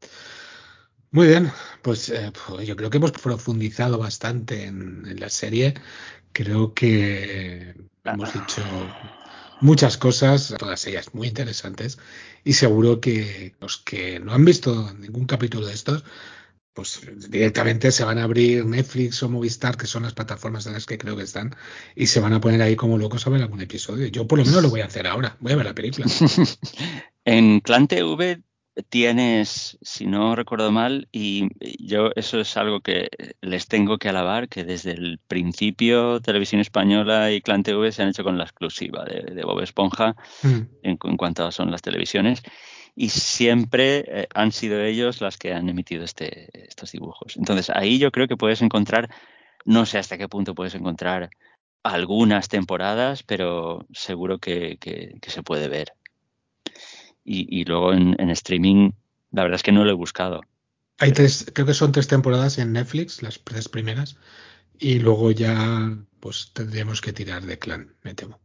Muy bien, pues yo creo que hemos profundizado bastante en la serie. Creo que hemos dicho muchas cosas, todas ellas muy interesantes, y seguro que los que no han visto ningún capítulo de estos, pues directamente se van a abrir Netflix o Movistar, que son las plataformas en las que creo que están, y se van a poner ahí como locos a ver algún episodio. Yo por lo menos lo voy a hacer ahora, voy a ver la película. En Clan TV tienes, si no recuerdo mal, y yo eso es algo que les tengo que alabar, que desde el principio Televisión Española y Clan TV se han hecho con la exclusiva de Bob Esponja en cuanto son las televisiones, y siempre han sido ellos las que han emitido estos dibujos. Entonces ahí yo creo que puedes encontrar, no sé hasta qué punto puedes encontrar algunas temporadas, pero seguro que se puede ver. Y luego en streaming, la verdad es que no lo he buscado. Hay creo que son 3 temporadas en Netflix, las 3 primeras, y luego ya pues tendríamos que tirar de Clan, me temo.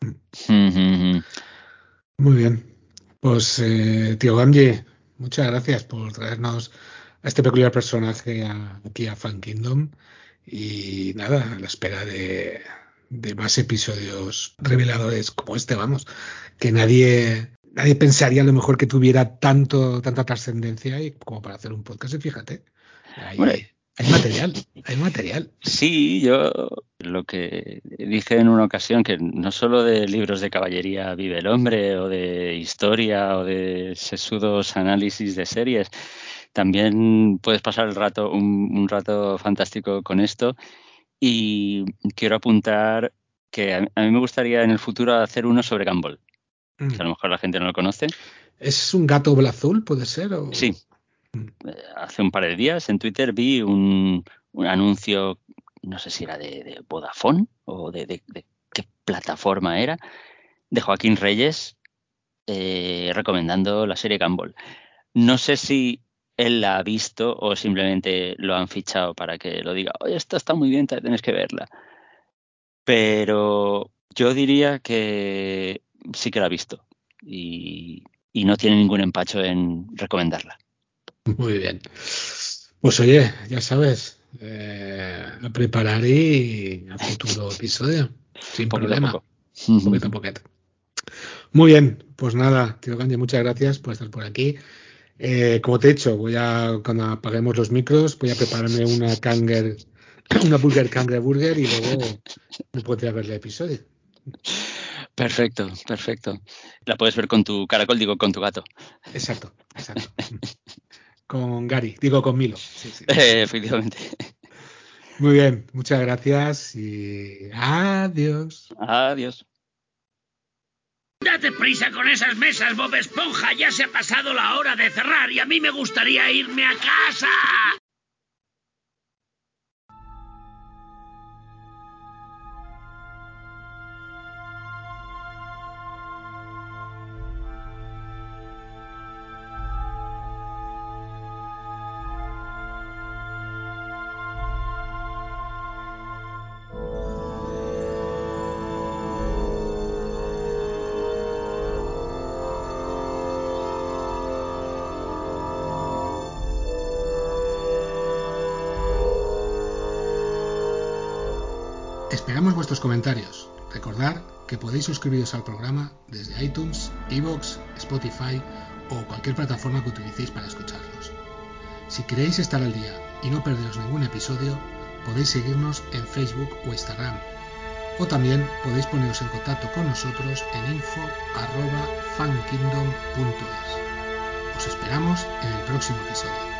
Muy bien. Pues tío Gamji, muchas gracias por traernos a este peculiar personaje aquí a Fan Kingdom. Y nada, a la espera de más episodios reveladores como este, vamos, que nadie pensaría a lo mejor que tuviera tanta trascendencia y como para hacer un podcast, y fíjate, hay material. Sí, yo lo que dije en una ocasión, que no solo de libros de caballería vive el hombre, o de historia, o de sesudos análisis de series, también puedes pasar el rato, un rato fantástico con esto. Y quiero apuntar que a mí me gustaría en el futuro hacer uno sobre Gumball, que a lo mejor la gente no lo conoce. ¿Es un gato azul, puede ser? ¿O? Sí. Hace un par de días en Twitter vi un anuncio, no sé si era de Vodafone o de qué plataforma era, de Joaquín Reyes recomendando la serie Gumball. No sé si él la ha visto o simplemente lo han fichado para que lo diga, oye, esto está muy bien, tienes que verla. Pero yo diría que sí que la ha visto y no tiene ningún empacho en recomendarla. Muy bien. Pues oye, ya sabes, a preparar y a futuro episodio, sin Poquito problema. a poco. Poquito a poquito. Muy bien, pues nada, tío Gandhi, muchas gracias por estar por aquí. Como te he dicho, cuando apaguemos los micros, voy a prepararme una Burger Burger y luego me podré ver el episodio. Perfecto. La puedes ver con tu caracol, digo, con tu gato. Exacto. Con Gary, digo con Milo. Sí. Efectivamente. Muy bien, muchas gracias y adiós. Adiós. Date prisa con esas mesas, Bob Esponja. Ya se ha pasado la hora de cerrar y a mí me gustaría irme a casa. Esperamos vuestros comentarios. Recordad que podéis suscribiros al programa desde iTunes, iVoox, Spotify o cualquier plataforma que utilicéis para escucharlos. Si queréis estar al día y no perderos ningún episodio, podéis seguirnos en Facebook o Instagram. O también podéis poneros en contacto con nosotros en info@fankingdom.es. Os esperamos en el próximo episodio.